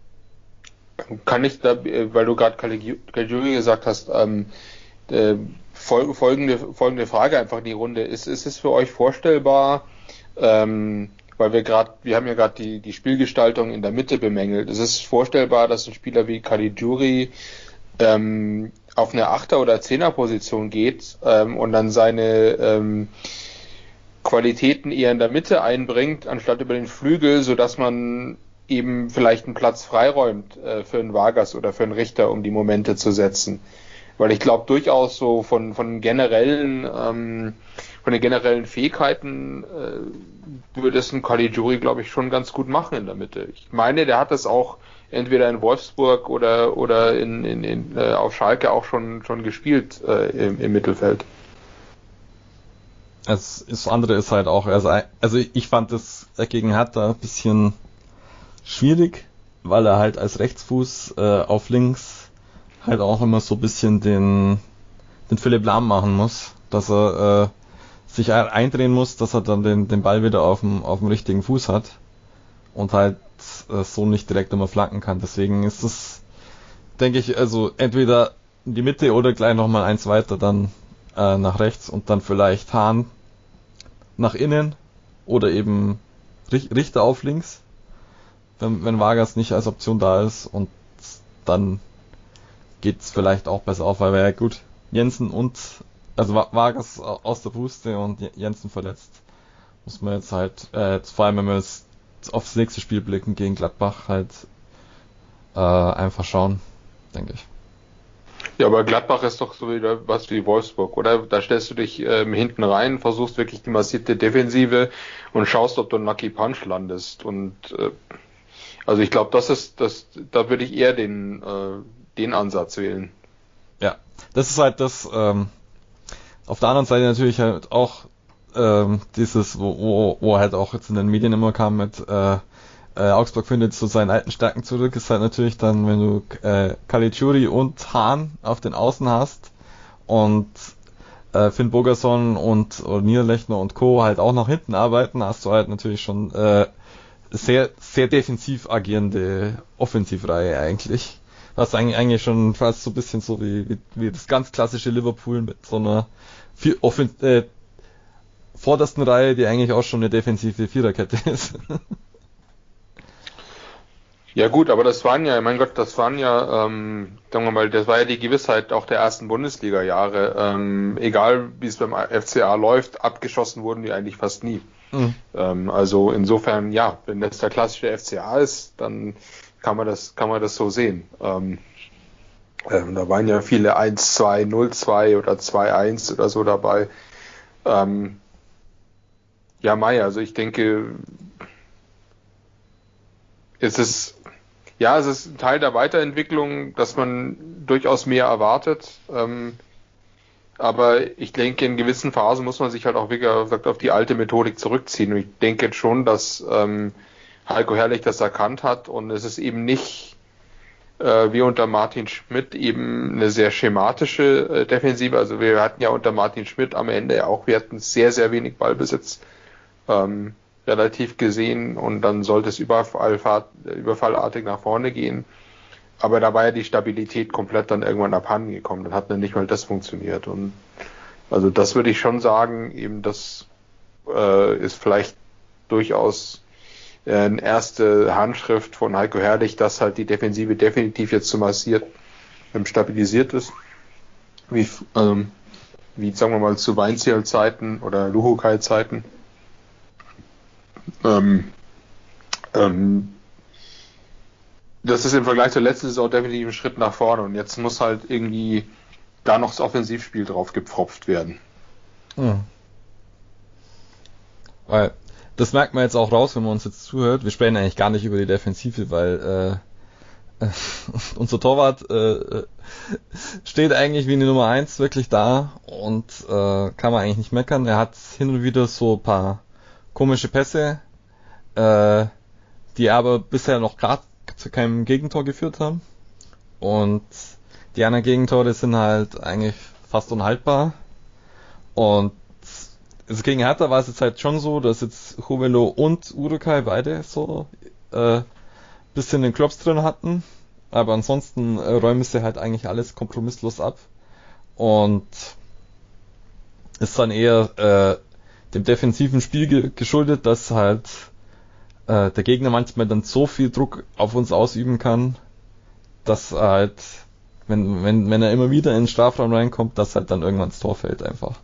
Kann ich da, weil du gerade Caligiuri gesagt hast, ähm, äh, fol- folgende, folgende Frage einfach in die Runde. Ist, ist es für euch vorstellbar, ähm, weil wir gerade, wir haben ja gerade die, die Spielgestaltung in der Mitte bemängelt, ist es vorstellbar, dass ein Spieler wie Caligiuri ähm, auf eine Achter- oder Zehner-Position geht ähm, und dann seine ähm, Qualitäten eher in der Mitte einbringt, anstatt über den Flügel, sodass man eben vielleicht einen Platz freiräumt äh, für einen Vargas oder für einen Richter, um die Momente zu setzen. Weil ich glaube durchaus so von von generellen ähm, von den generellen Fähigkeiten äh, würde es ein Caligiuri, glaube ich, schon ganz gut machen in der Mitte. Ich meine, der hat das auch entweder in Wolfsburg oder oder in, in, in äh, auf Schalke auch schon schon gespielt äh, im, im Mittelfeld. Das, das andere ist halt auch, also, also ich fand das gegen Hertha ein bisschen schwierig, weil er halt als Rechtsfuß äh, auf links halt auch immer so ein bisschen den den Philipp Lahm machen muss, dass er äh, sich eindrehen muss, dass er dann den den Ball wieder auf dem auf dem richtigen Fuß hat und halt äh, so nicht direkt immer flanken kann. Deswegen ist es, denke ich, also entweder in die Mitte oder gleich nochmal eins weiter, dann äh, nach rechts und dann vielleicht Hahn nach innen oder eben Richter auf links, wenn, wenn Vargas nicht als Option da ist, und dann geht's vielleicht auch besser auf, weil wir ja gut Jensen und also Vargas aus der Puste und Jensen verletzt, muss man jetzt halt äh, vor allem wenn wir jetzt aufs nächste Spiel blicken gegen Gladbach halt äh, einfach schauen, denke ich. Ja, aber Gladbach ist doch so wieder was wie Wolfsburg, oder? Da stellst du dich ähm, hinten rein, versuchst wirklich die massierte Defensive und schaust, ob du einen Lucky Punch landest. Und äh, also ich glaube, das ist, das, da würde ich eher den, äh, den Ansatz wählen. Ja, das ist halt das. Ähm, auf der anderen Seite natürlich halt auch ähm, dieses, wo, wo, wo halt auch jetzt in den Medien immer kam mit äh, Äh, Augsburg findet zu seinen alten Stärken zurück, ist halt natürlich dann, wenn du äh, Caligiuri und Hahn auf den Außen hast und äh, Finn Bogerson und oder Niederlechner und Co. halt auch nach hinten arbeiten, hast du halt natürlich schon äh, sehr sehr defensiv agierende Offensivreihe eigentlich. Was eigentlich, eigentlich schon fast so ein bisschen so wie, wie, wie das ganz klassische Liverpool mit so einer vier, offen, äh, vordersten Reihe, die eigentlich auch schon eine defensive Viererkette ist. Ja gut, aber das waren ja, mein Gott, das waren ja, ähm, sagen wir mal, das war ja die Gewissheit auch der ersten Bundesliga-Jahre. Ähm, egal wie es beim F C A läuft, abgeschossen wurden die eigentlich fast nie. Mhm. Ähm, also insofern, ja, wenn das der klassische F C A ist, dann kann man das, kann man das so sehen. Ähm, ähm, da waren ja viele eins zwei, null zwei oder zwei eins oder so dabei. Ähm, ja, Mai, also ich denke, es ist Ja, es ist ein Teil der Weiterentwicklung, dass man durchaus mehr erwartet. Ähm, aber ich denke, in gewissen Phasen muss man sich halt auch wieder auf die alte Methodik zurückziehen. Und ich denke jetzt schon, dass ähm, Heiko Herrlich das erkannt hat. Und es ist eben nicht äh, wie unter Martin Schmidt eben eine sehr schematische äh, Defensive. Also wir hatten ja unter Martin Schmidt am Ende auch, wir hatten sehr, sehr wenig Ballbesitz. Ähm, relativ gesehen, und dann sollte es überfall, überfallartig nach vorne gehen. Aber da war ja die Stabilität komplett dann irgendwann abhanden gekommen. Dann hat dann nicht mal das funktioniert. Und also das würde ich schon sagen, eben das äh, ist vielleicht durchaus äh, eine erste Handschrift von Heiko Herrlich, dass halt die Defensive definitiv jetzt so massiert ähm, stabilisiert ist. Wie, ähm, wie sagen wir mal zu Weinziel-Zeiten oder Luhukai-Zeiten. Ähm, ähm, das ist im Vergleich zur letzten Saison definitiv ein Schritt nach vorne, und jetzt muss halt irgendwie da noch das Offensivspiel drauf gepfropft werden. Hm. Weil das merkt man jetzt auch raus, wenn man uns jetzt zuhört. Wir sprechen eigentlich gar nicht über die Defensive, weil äh, äh, unser Torwart äh, steht eigentlich wie eine Nummer eins wirklich da und äh, kann man eigentlich nicht meckern. Er hat hin und wieder so ein paar komische Pässe, äh, die aber bisher noch gerade zu keinem Gegentor geführt haben. Und die anderen Gegentore sind halt eigentlich fast unhaltbar. Und also gegen Hertha war es jetzt halt schon so, dass jetzt Hovelo und Urukai beide so äh, bisschen den Klops drin hatten. Aber ansonsten äh, räumen sie halt eigentlich alles kompromisslos ab. Und ist dann eher äh, dem defensiven Spiel ge- geschuldet, dass halt äh, der Gegner manchmal dann so viel Druck auf uns ausüben kann, dass er halt, wenn, wenn, wenn er immer wieder in den Strafraum reinkommt, dass halt dann irgendwann das Tor fällt einfach.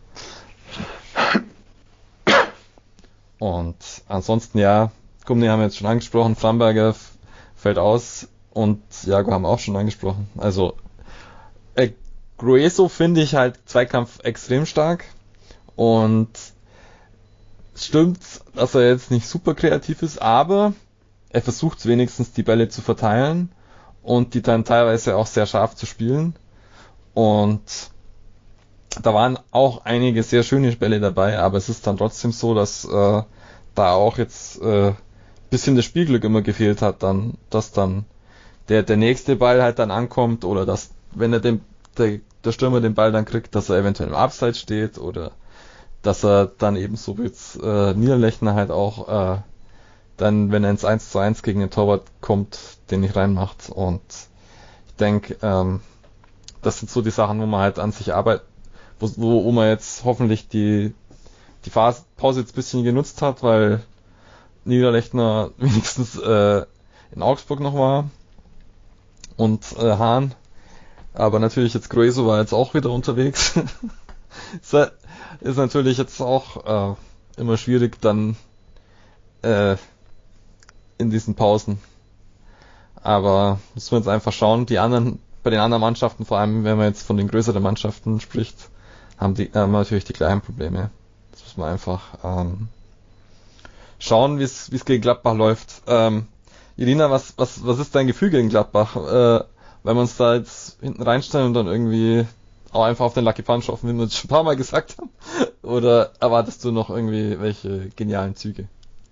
Und ansonsten, ja, Gumni haben wir jetzt schon angesprochen, Framberger f- fällt aus und Jago haben wir auch schon angesprochen. Also äh, Grueso finde ich halt Zweikampf extrem stark, und stimmt, dass er jetzt nicht super kreativ ist, aber er versucht wenigstens die Bälle zu verteilen und die dann teilweise auch sehr scharf zu spielen. Und da waren auch einige sehr schöne Bälle dabei, aber es ist dann trotzdem so, dass äh, da auch jetzt äh, bisschen das Spielglück immer gefehlt hat, dann, dass dann der der nächste Ball halt dann ankommt, oder dass, wenn er den der, der Stürmer den Ball dann kriegt, dass er eventuell im Abseits steht, oder dass er dann eben so wie jetzt äh, Niederlechner halt auch äh, dann, wenn er ins eins zu eins gegen den Torwart kommt, den nicht reinmacht. Und ich denke, ähm, das sind so die Sachen, wo man halt an sich arbeit, wo, wo man jetzt hoffentlich die, die Phase, Pause jetzt ein bisschen genutzt hat, weil Niederlechner wenigstens äh, in Augsburg noch war und äh, Hahn. Aber natürlich jetzt Grueso war jetzt auch wieder unterwegs. Ist natürlich jetzt auch äh, immer schwierig dann äh, in diesen Pausen. Aber müssen wir jetzt einfach schauen, die anderen, bei den anderen Mannschaften, vor allem wenn man jetzt von den größeren Mannschaften spricht, haben die haben natürlich die gleichen Probleme. Das muss man einfach ähm, schauen, wie es wie es gegen Gladbach läuft. Ähm, Irina, was was was ist dein Gefühl gegen Gladbach? Äh, wenn wir uns da jetzt hinten reinstellen und dann irgendwie auch einfach auf den Lucky Punch hoffen, wie wir es schon ein paar Mal gesagt haben? Oder erwartest du noch irgendwie welche genialen Züge?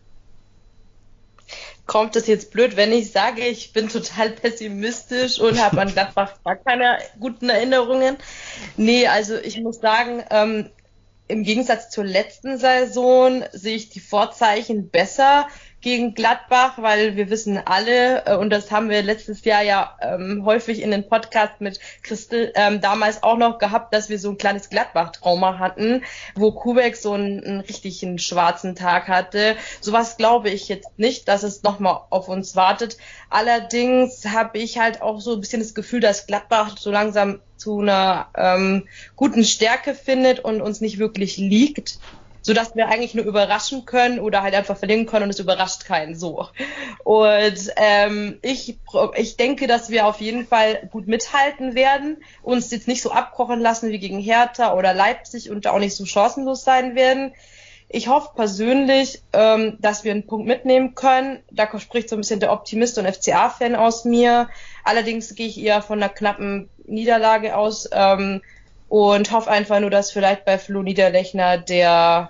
Kommt es jetzt blöd, wenn ich sage, ich bin total pessimistisch und habe an Gladbach gar keine guten Erinnerungen? Nee, also ich muss sagen, ähm, im Gegensatz zur letzten Saison sehe ich die Vorzeichen besser gegen Gladbach, weil wir wissen alle, äh, und das haben wir letztes Jahr ja ähm, häufig in den Podcast mit Christel ähm, damals auch noch gehabt, dass wir so ein kleines Gladbach-Trauma hatten, wo Kubek so einen, einen richtigen schwarzen Tag hatte. Sowas glaube ich jetzt nicht, dass es nochmal auf uns wartet. Allerdings habe ich halt auch so ein bisschen das Gefühl, dass Gladbach so langsam zu einer ähm, guten Stärke findet und uns nicht wirklich liegt, sodass wir eigentlich nur überraschen können oder halt einfach verlieren können und es überrascht keinen so. Und ähm, ich, ich denke, dass wir auf jeden Fall gut mithalten werden, uns jetzt nicht so abkochen lassen wie gegen Hertha oder Leipzig und auch nicht so chancenlos sein werden. Ich hoffe persönlich, ähm, dass wir einen Punkt mitnehmen können. Da spricht so ein bisschen der Optimist und F C A-Fan aus mir. Allerdings gehe ich eher von einer knappen Niederlage aus ähm, und hoffe einfach nur, dass vielleicht bei Flo Niederlechner der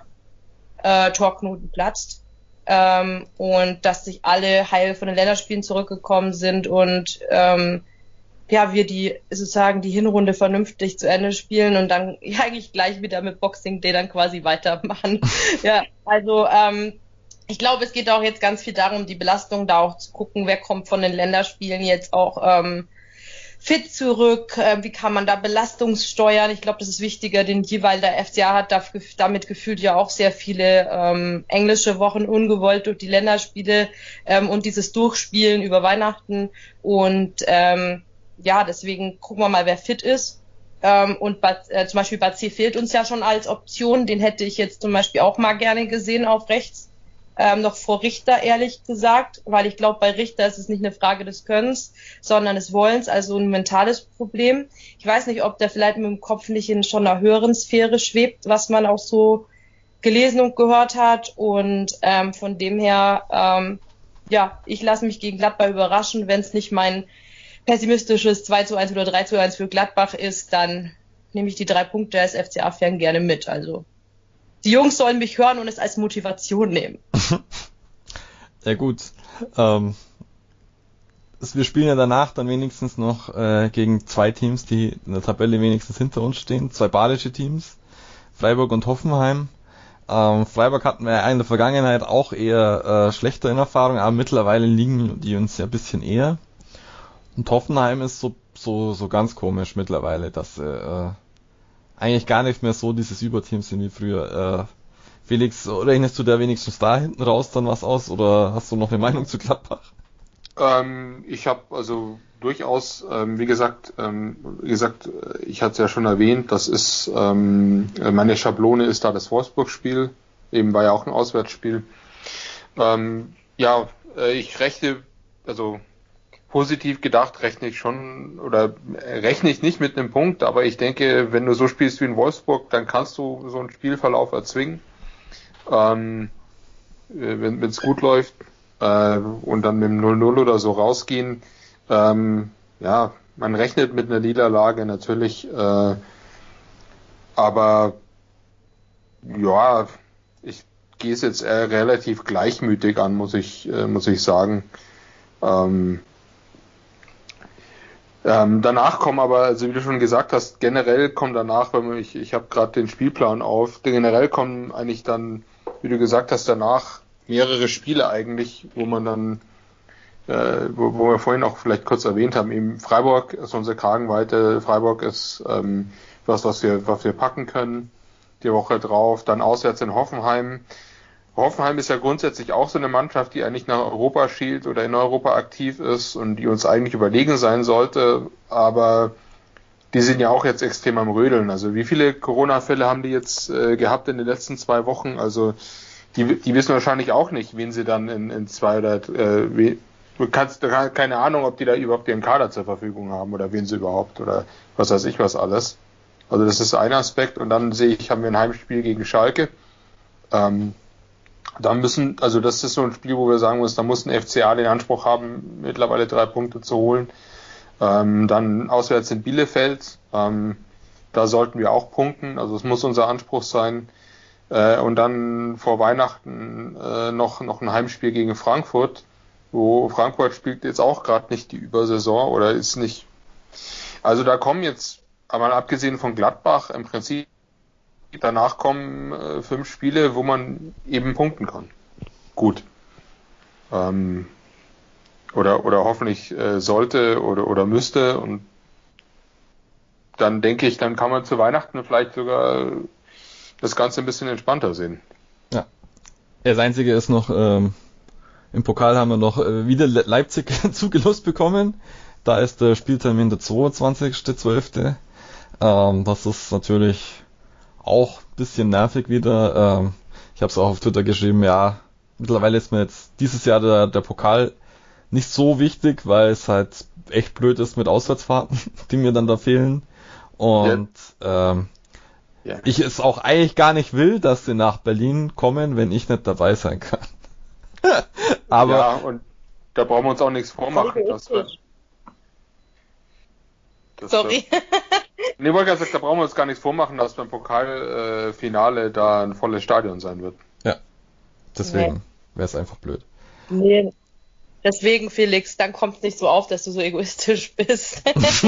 äh, Torknoten platzt ähm, und dass sich alle heil von den Länderspielen zurückgekommen sind und ähm, ja, wir die sozusagen die Hinrunde vernünftig zu Ende spielen und dann ja, eigentlich gleich wieder mit Boxing Day dann quasi weitermachen. Ja, also ähm, ich glaube, es geht auch jetzt ganz viel darum, die Belastung da auch zu gucken, wer kommt von den Länderspielen jetzt auch ähm, fit zurück, äh, wie kann man da Belastung steuern. Ich glaube, das ist wichtiger, denn jeweils der F C A hat dafür, damit gefühlt ja auch sehr viele ähm, englische Wochen ungewollt durch die Länderspiele ähm, und dieses Durchspielen über Weihnachten und ähm, ja, deswegen gucken wir mal, wer fit ist. Ähm, und bei, äh, zum Beispiel Batze fehlt uns ja schon als Option. Den hätte ich jetzt zum Beispiel auch mal gerne gesehen auf rechts. Ähm, noch vor Richter, ehrlich gesagt. Weil ich glaube, bei Richter ist es nicht eine Frage des Könnens, sondern des Wollens, also ein mentales Problem. Ich weiß nicht, ob der vielleicht mit dem Kopf nicht in schon einer höheren Sphäre schwebt, was man auch so gelesen und gehört hat. Und ähm, von dem her, ähm, ja, ich lasse mich gegen Gladbach überraschen, wenn es nicht mein pessimistisches zwei zu eins oder drei zu eins für Gladbach ist, dann nehme ich die drei Punkte als F C A-Fan gerne mit. Also die Jungs sollen mich hören und es als Motivation nehmen. Ja gut, ähm, wir spielen ja danach dann wenigstens noch äh, gegen zwei Teams, die in der Tabelle wenigstens hinter uns stehen, zwei badische Teams, Freiburg und Hoffenheim. Ähm, Freiburg hatten wir ja in der Vergangenheit auch eher äh, schlechter in Erfahrung, aber mittlerweile liegen die uns ja ein bisschen eher. Und Hoffenheim ist so so so ganz komisch mittlerweile, dass sie äh, eigentlich gar nicht mehr so dieses Überteam sind wie früher. Äh, Felix, rechnest du da wenigstens da hinten raus dann was aus oder hast du noch eine Meinung zu Gladbach? Ähm, ich habe also durchaus, ähm, wie gesagt, ähm, wie gesagt, ich hatte es ja schon erwähnt, das ist ähm, meine Schablone ist da das Wolfsburg-Spiel, eben war ja auch ein Auswärtsspiel. Ähm, ja, äh, ich rechne, also positiv gedacht rechne ich schon, oder rechne ich nicht mit einem Punkt, aber ich denke, wenn du so spielst wie in Wolfsburg, dann kannst du so einen Spielverlauf erzwingen, ähm, wenn es gut läuft, äh, und dann mit dem null null oder so rausgehen. Ähm, ja, man rechnet mit einer Niederlage natürlich, äh, aber ja, ich gehe es jetzt eher relativ gleichmütig an, muss ich, äh, muss ich sagen. Ähm, Ähm, danach kommen aber, also wie du schon gesagt hast, generell kommen danach, wenn man, ich, ich habe gerade den Spielplan auf, generell kommen eigentlich dann, wie du gesagt hast, danach mehrere Spiele eigentlich, wo man dann, äh, wo, wo wir vorhin auch vielleicht kurz erwähnt haben, eben Freiburg ist unsere Kragenweite, Freiburg ist ähm, was, was wir, was wir packen können. Die Woche drauf, dann auswärts in Hoffenheim. Hoffenheim ist ja grundsätzlich auch so eine Mannschaft, die eigentlich nach Europa schielt oder in Europa aktiv ist und die uns eigentlich überlegen sein sollte, aber die sind ja auch jetzt extrem am Rödeln. Also wie viele Corona-Fälle haben die jetzt äh, gehabt in den letzten zwei Wochen? Also die, die wissen wahrscheinlich auch nicht, wen sie dann in, in zwei oder äh, we, du kannst keine Ahnung, ob die da überhaupt ihren Kader zur Verfügung haben oder wen sie überhaupt oder was weiß ich was alles. Also das ist ein Aspekt und dann sehe ich, haben wir ein Heimspiel gegen Schalke. Ähm, da müssen, also das ist so ein Spiel, wo wir sagen müssen, da muss ein F C A den Anspruch haben, mittlerweile drei Punkte zu holen. Ähm, dann auswärts in Bielefeld, ähm, da sollten wir auch punkten, also es muss unser Anspruch sein. Äh, und dann vor Weihnachten äh, noch noch ein Heimspiel gegen Frankfurt, wo Frankfurt spielt jetzt auch gerade nicht die Übersaison oder ist nicht. Also da kommen jetzt, aber abgesehen von Gladbach, im Prinzip danach kommen äh, fünf Spiele, wo man eben punkten kann. Gut. Ähm, oder oder hoffentlich äh, sollte oder oder müsste und dann denke ich, dann kann man zu Weihnachten vielleicht sogar das Ganze ein bisschen entspannter sehen. Ja. Das Einzige ist noch, ähm, im Pokal haben wir noch äh, wieder Le- Leipzig zugelost bekommen. Da ist der Spieltermin der zweiundzwanzigster zwölfter Ähm, das ist natürlich auch ein bisschen nervig wieder. Ähm, ich habe es auch auf Twitter geschrieben, ja, mittlerweile ist mir jetzt dieses Jahr der, der Pokal nicht so wichtig, weil es halt echt blöd ist mit Auswärtsfahrten, die mir dann da fehlen. Und ja. ähm, ja. ich es auch eigentlich gar nicht will, dass sie nach Berlin kommen, wenn ich nicht dabei sein kann. Aber ja, und da brauchen wir uns auch nichts vormachen. Dass wir, dass Sorry. Wir, nee, wollte ich sagen, da brauchen wir uns gar nichts vormachen, dass beim Pokalfinale äh, da ein volles Stadion sein wird. Ja, deswegen nee. wäre es einfach blöd. Nee. Deswegen, Felix, dann kommt es nicht so auf, dass du so egoistisch bist.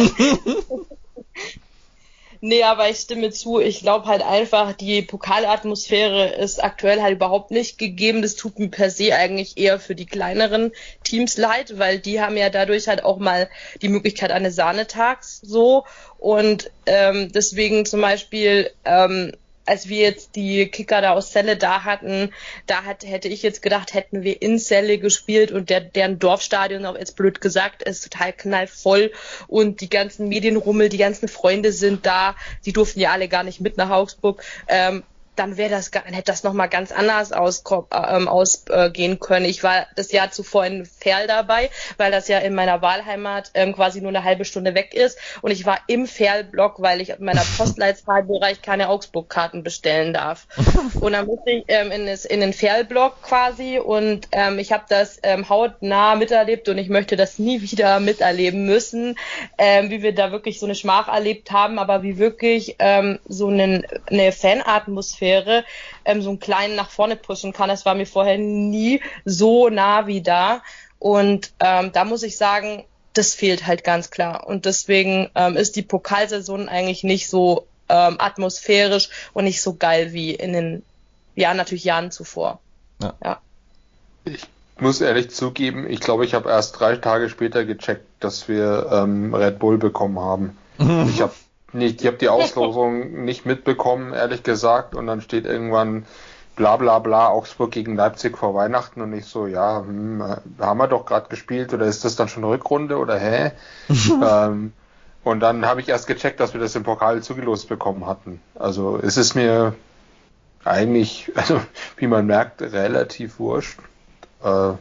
Nee, aber ich stimme zu. Ich glaube halt einfach, die Pokalatmosphäre ist aktuell halt überhaupt nicht gegeben. Das tut mir per se eigentlich eher für die kleineren Teams leid, weil die haben ja dadurch halt auch mal die Möglichkeit eines Sahnetags so. Und ähm, deswegen zum Beispiel, ähm, als wir jetzt die Kicker da aus Celle da hatten, da hat, hätte ich jetzt gedacht, hätten wir in Celle gespielt und der, deren Dorfstadion, auch jetzt blöd gesagt, ist total knallvoll und die ganzen Medienrummel, die ganzen Freunde sind da, die durften ja alle gar nicht mit nach Augsburg, ähm, dann wäre das, dann hätte das nochmal ganz anders aus, ähm, ausgehen äh, können. Ich war das Jahr zuvor in Verl dabei, weil das ja in meiner Wahlheimat ähm, quasi nur eine halbe Stunde weg ist. Und ich war im Verl-Block, weil ich in meiner Postleitzahlbereich keine Augsburg-Karten bestellen darf. Und dann musste ich ähm, in, das, in den Verl-Block quasi und ähm, ich habe das ähm, hautnah miterlebt und ich möchte das nie wieder miterleben müssen, ähm, wie wir da wirklich so eine Schmach erlebt haben, aber wie wirklich ähm, so eine, eine Fanatmosphäre ähm, so einen kleinen nach vorne pushen kann. Das war mir vorher nie so nah wie da. Und ähm, da muss ich sagen, das fehlt halt ganz klar. Und deswegen ähm, ist die Pokalsaison eigentlich nicht so ähm, atmosphärisch und nicht so geil wie in den Jahren, natürlich Jahren zuvor. Ja. ja. Ich muss ehrlich zugeben, ich glaube, ich habe erst drei Tage später gecheckt, dass wir ähm, Red Bull bekommen haben. Ich habe nicht, ich habe die Auslosung nicht mitbekommen, ehrlich gesagt, und dann steht irgendwann bla bla bla Augsburg gegen Leipzig vor Weihnachten und ich so, ja, hm, haben wir doch gerade gespielt oder ist das dann schon Rückrunde oder hä? ähm, und dann habe ich erst gecheckt, dass wir das im Pokal zugelost bekommen hatten. Also es ist mir eigentlich, also wie man merkt, relativ wurscht. Äh,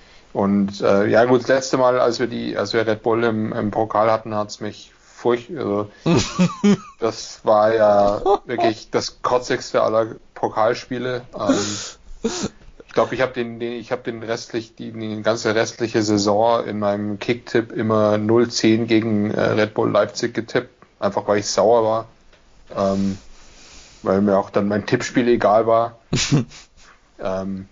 und äh, ja gut, das letzte Mal, als wir die, als wir Red Bull im, im Pokal hatten, hat's mich furcht, also das war ja wirklich das kotzigste aller Pokalspiele. Ähm, ich glaube, ich habe den, den, ich habe den restlich, die, die ganze restliche Saison in meinem Kicktipp immer null zehn gegen äh, Red Bull Leipzig getippt, einfach weil ich sauer war, ähm, weil mir auch dann mein Tippspiel egal war. ähm,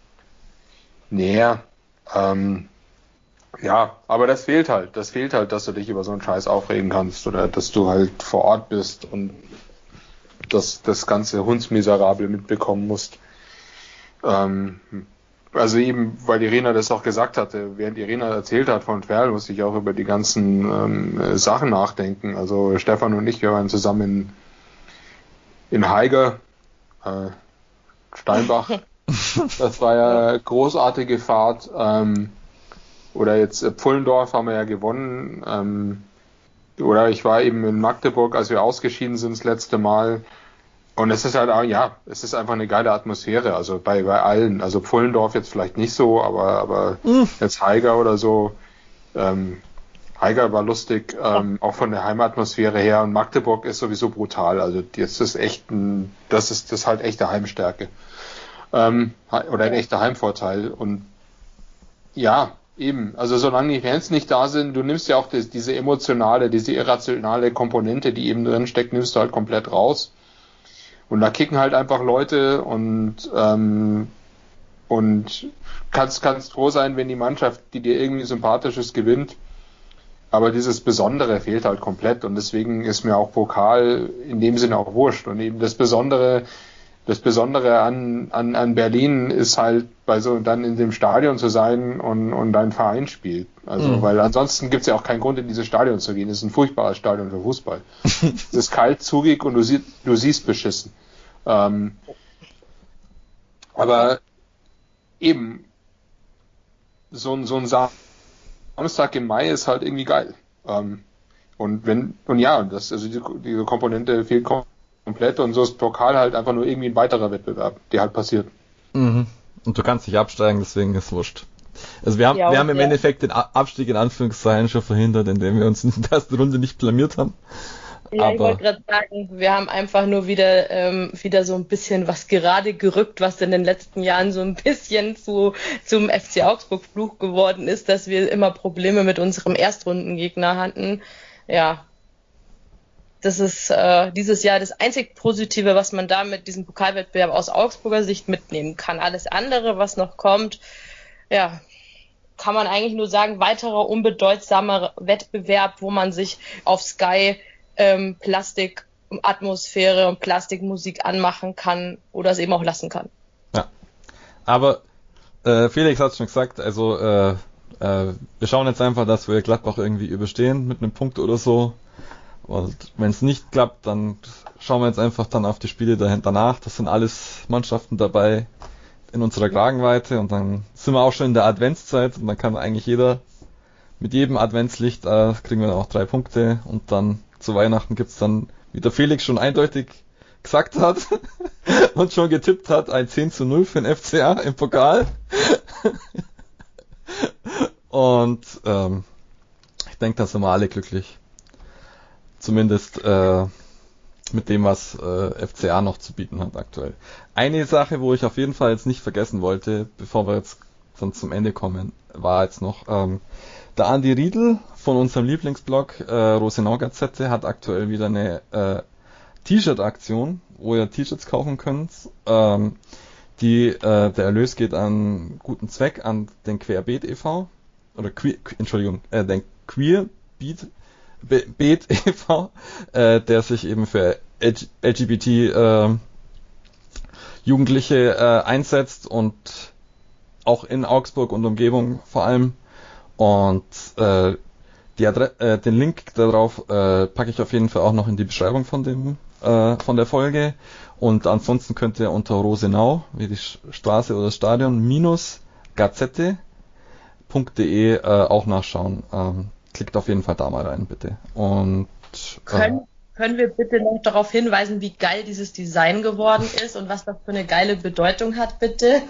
nee, ähm, ja, aber das fehlt halt. Das fehlt halt, dass du dich über so einen Scheiß aufregen kannst oder dass du halt vor Ort bist und das, das ganze Hundsmiserabel mitbekommen musst. Ähm, also eben, weil Irina das auch gesagt hatte, während Irina erzählt hat von Ferl, musste ich auch über die ganzen ähm, Sachen nachdenken. Also Stefan und ich, wir waren zusammen in, in Haiger, äh, Steinbach. Das war ja eine großartige Fahrt. Ähm, oder jetzt äh, Pfullendorf haben wir ja gewonnen. Ähm, oder ich war eben in Magdeburg, als wir ausgeschieden sind das letzte Mal. Und es ist halt auch, ja, es ist einfach eine geile Atmosphäre, also bei, bei allen. Also Pfullendorf jetzt vielleicht nicht so, aber, aber mm. jetzt Haiger oder so. Ähm, Haiger war lustig, ähm, auch von der Heimatmosphäre her. Und Magdeburg ist sowieso brutal. Also jetzt ist echt ein, das ist, das ist halt echte Heimstärke. Ähm, oder ein echter Heimvorteil. Und ja, eben. Also solange die Fans nicht da sind, du nimmst ja auch das, diese emotionale, diese irrationale Komponente, die eben drin steckt, nimmst du halt komplett raus. Und da kicken halt einfach Leute und ähm, und kannst kannst froh sein, wenn die Mannschaft, die dir irgendwie sympathisch ist, gewinnt. Aber dieses Besondere fehlt halt komplett und deswegen ist mir auch Pokal in dem Sinne auch wurscht. Und eben das Besondere, das Besondere an an an Berlin ist halt bei so dann in dem Stadion zu sein und und dein Verein spielt. Also mhm. weil ansonsten gibt's ja auch keinen Grund in dieses Stadion zu gehen. Es ist ein furchtbares Stadion für Fußball. Es ist kalt, zugig und du siehst du siehst beschissen. Ähm, aber eben so ein so ein Samstag im Mai ist halt irgendwie geil. Ähm, und wenn und ja, das also diese, diese Komponente fehlt komplett und so ist Pokal halt einfach nur irgendwie ein weiterer Wettbewerb, der halt passiert. Mhm. Und du kannst nicht absteigen, deswegen ist wurscht. Also wir haben ja, wir haben im ja. Endeffekt den Abstieg in Anführungszeichen schon verhindert, indem wir uns in der ersten Runde nicht blamiert haben. Ja, aber ich wollte gerade sagen, wir haben einfach nur wieder ähm, wieder so ein bisschen was gerade gerückt, was in den letzten Jahren so ein bisschen zu zum F C Augsburg Fluch geworden ist, dass wir immer Probleme mit unserem Erstrundengegner hatten. Ja, das ist äh, dieses Jahr das einzig Positive, was man da mit diesem Pokalwettbewerb aus Augsburger Sicht mitnehmen kann. Alles andere, was noch kommt, ja, kann man eigentlich nur sagen, weiterer unbedeutsamer Wettbewerb, wo man sich auf Sky ähm, Plastikatmosphäre und Plastikmusik anmachen kann oder es eben auch lassen kann. Ja, aber äh, Felix hat es schon gesagt, also äh, äh, wir schauen jetzt einfach, dass wir Gladbach irgendwie überstehen mit einem Punkt oder so. Und wenn es nicht klappt, dann schauen wir jetzt einfach dann auf die Spiele danach. Das sind alles Mannschaften dabei in unserer Kragenweite und dann sind wir auch schon in der Adventszeit und dann kann eigentlich jeder mit jedem Adventslicht äh, kriegen wir dann auch drei Punkte und dann zu Weihnachten gibt's dann, wie der Felix schon eindeutig gesagt hat und schon getippt hat, ein zehn zu null für den F C A im Pokal. Und ähm, ich denke, da sind wir alle glücklich. Zumindest äh, mit dem, was äh, F C A noch zu bieten hat aktuell. Eine Sache, wo ich auf jeden Fall jetzt nicht vergessen wollte, bevor wir jetzt dann zum Ende kommen, war jetzt noch ähm, der Andi Riedl von unserem Lieblingsblog äh, Rosenau Gazette hat aktuell wieder eine äh, T-Shirt-Aktion, wo ihr T-Shirts kaufen könnt. Ähm, die äh, der Erlös geht an guten Zweck an den Querbeet e V oder Queer, Entschuldigung, äh, den Queerbeet Be- Beet e V, äh, der sich eben für L G B T äh, Jugendliche äh, einsetzt und auch in Augsburg und Umgebung vor allem. Und äh, die Adre- äh, den Link darauf äh, packe ich auf jeden Fall auch noch in die Beschreibung von dem äh, von der Folge. Und ansonsten könnt ihr unter Rosenau, wie die Straße oder das Stadion, minus gazette punkt de äh, auch nachschauen. Ähm, klickt auf jeden Fall da mal rein, bitte. Und äh, können, können wir bitte noch darauf hinweisen, wie geil dieses Design geworden ist und was das für eine geile Bedeutung hat, bitte?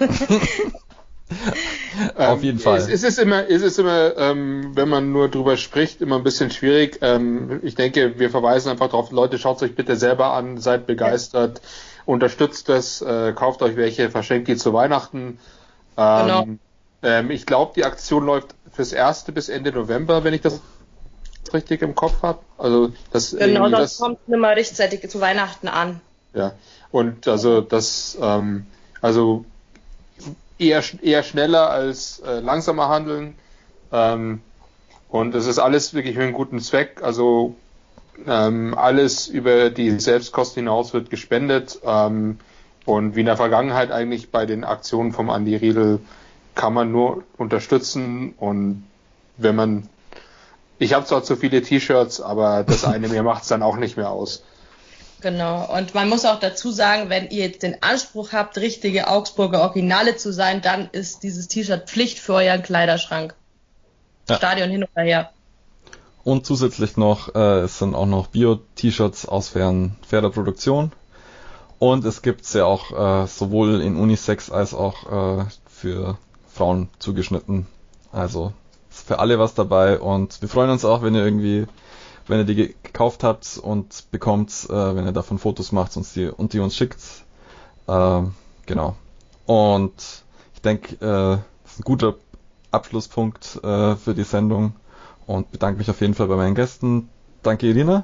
Auf jeden ähm, Fall. Es, es ist immer, es ist immer, ähm, wenn man nur drüber spricht, immer ein bisschen schwierig. Ähm, ich denke, wir verweisen einfach darauf, Leute, schaut es euch bitte selber an, seid begeistert, ja. Unterstützt es, äh, kauft euch welche, verschenkt die zu Weihnachten. Ähm, genau. ähm, ich glaube, die Aktion läuft fürs erste bis Ende November, wenn ich das richtig im Kopf habe. Also das genau, das, das kommt nicht mal rechtzeitig zu Weihnachten an. Ja, und also das, ähm, also eher eher schneller als äh, langsamer handeln. Ähm, und es ist alles wirklich für einen guten Zweck. Also ähm, alles über die Selbstkosten hinaus wird gespendet. Ähm, und wie in der Vergangenheit eigentlich bei den Aktionen vom Andi Riedl kann man nur unterstützen und wenn man, ich habe zwar zu viele T-Shirts, aber das eine mir macht es dann auch nicht mehr aus. Genau, und man muss auch dazu sagen, wenn ihr jetzt den Anspruch habt, richtige Augsburger Originale zu sein, dann ist dieses T-Shirt Pflicht für euren Kleiderschrank. Ja. Stadion hin oder her. Und zusätzlich noch, äh, es sind auch noch Bio-T-Shirts aus fairen, fairer Produktion. Und es gibt's ja auch äh, sowohl in Unisex als auch äh, für Frauen zugeschnitten. Also ist für alle was dabei und wir freuen uns auch, wenn ihr irgendwie, wenn ihr die gekauft habt und bekommt, äh, wenn ihr davon Fotos macht und die, und die uns schickt. Äh, genau. Und ich denke, äh, das ist ein guter Abschlusspunkt äh, für die Sendung und bedanke mich auf jeden Fall bei meinen Gästen. Danke Irina.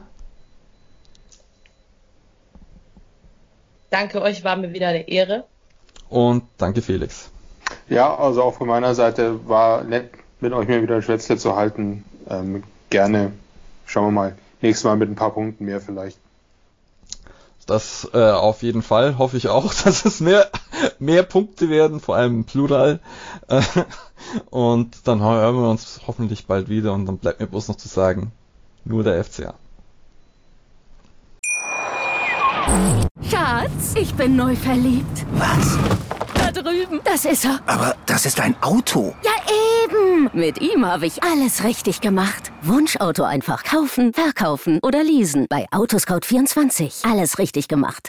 Danke euch, war mir wieder eine Ehre. Und danke Felix. Ja, also auch von meiner Seite war nett, mit euch mal wieder ein Schwätzle zu halten. Ähm, gerne. Schauen wir mal. Nächstes Mal mit ein paar Punkten mehr vielleicht. Das äh, auf jeden Fall. Hoffe ich auch, dass es mehr, mehr Punkte werden, vor allem Plural. Äh, und dann hören wir uns hoffentlich bald wieder und dann bleibt mir bloß noch zu sagen, nur der F C A. Schatz, ich bin neu verliebt. Was? Da drüben. Das ist er. Aber das ist ein Auto. Ja, eben. Mit ihm habe ich alles richtig gemacht. Wunschauto einfach kaufen, verkaufen oder leasen. Bei Autoscout vierundzwanzig. Alles richtig gemacht.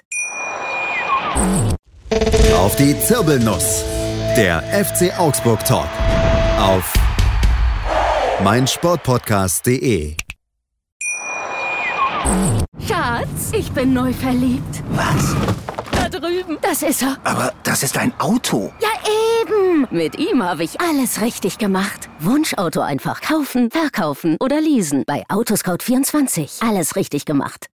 Auf die Zirbelnuss. Der F C Augsburg Talk. Auf meinsportpodcast punkt de. Schatz, ich bin neu verliebt. Was? Da drüben. Das ist er. Aber das ist ein Auto. Ja, eben. Mit ihm habe ich alles richtig gemacht. Wunschauto einfach kaufen, verkaufen oder leasen. Bei Autoscout vierundzwanzig. Alles richtig gemacht.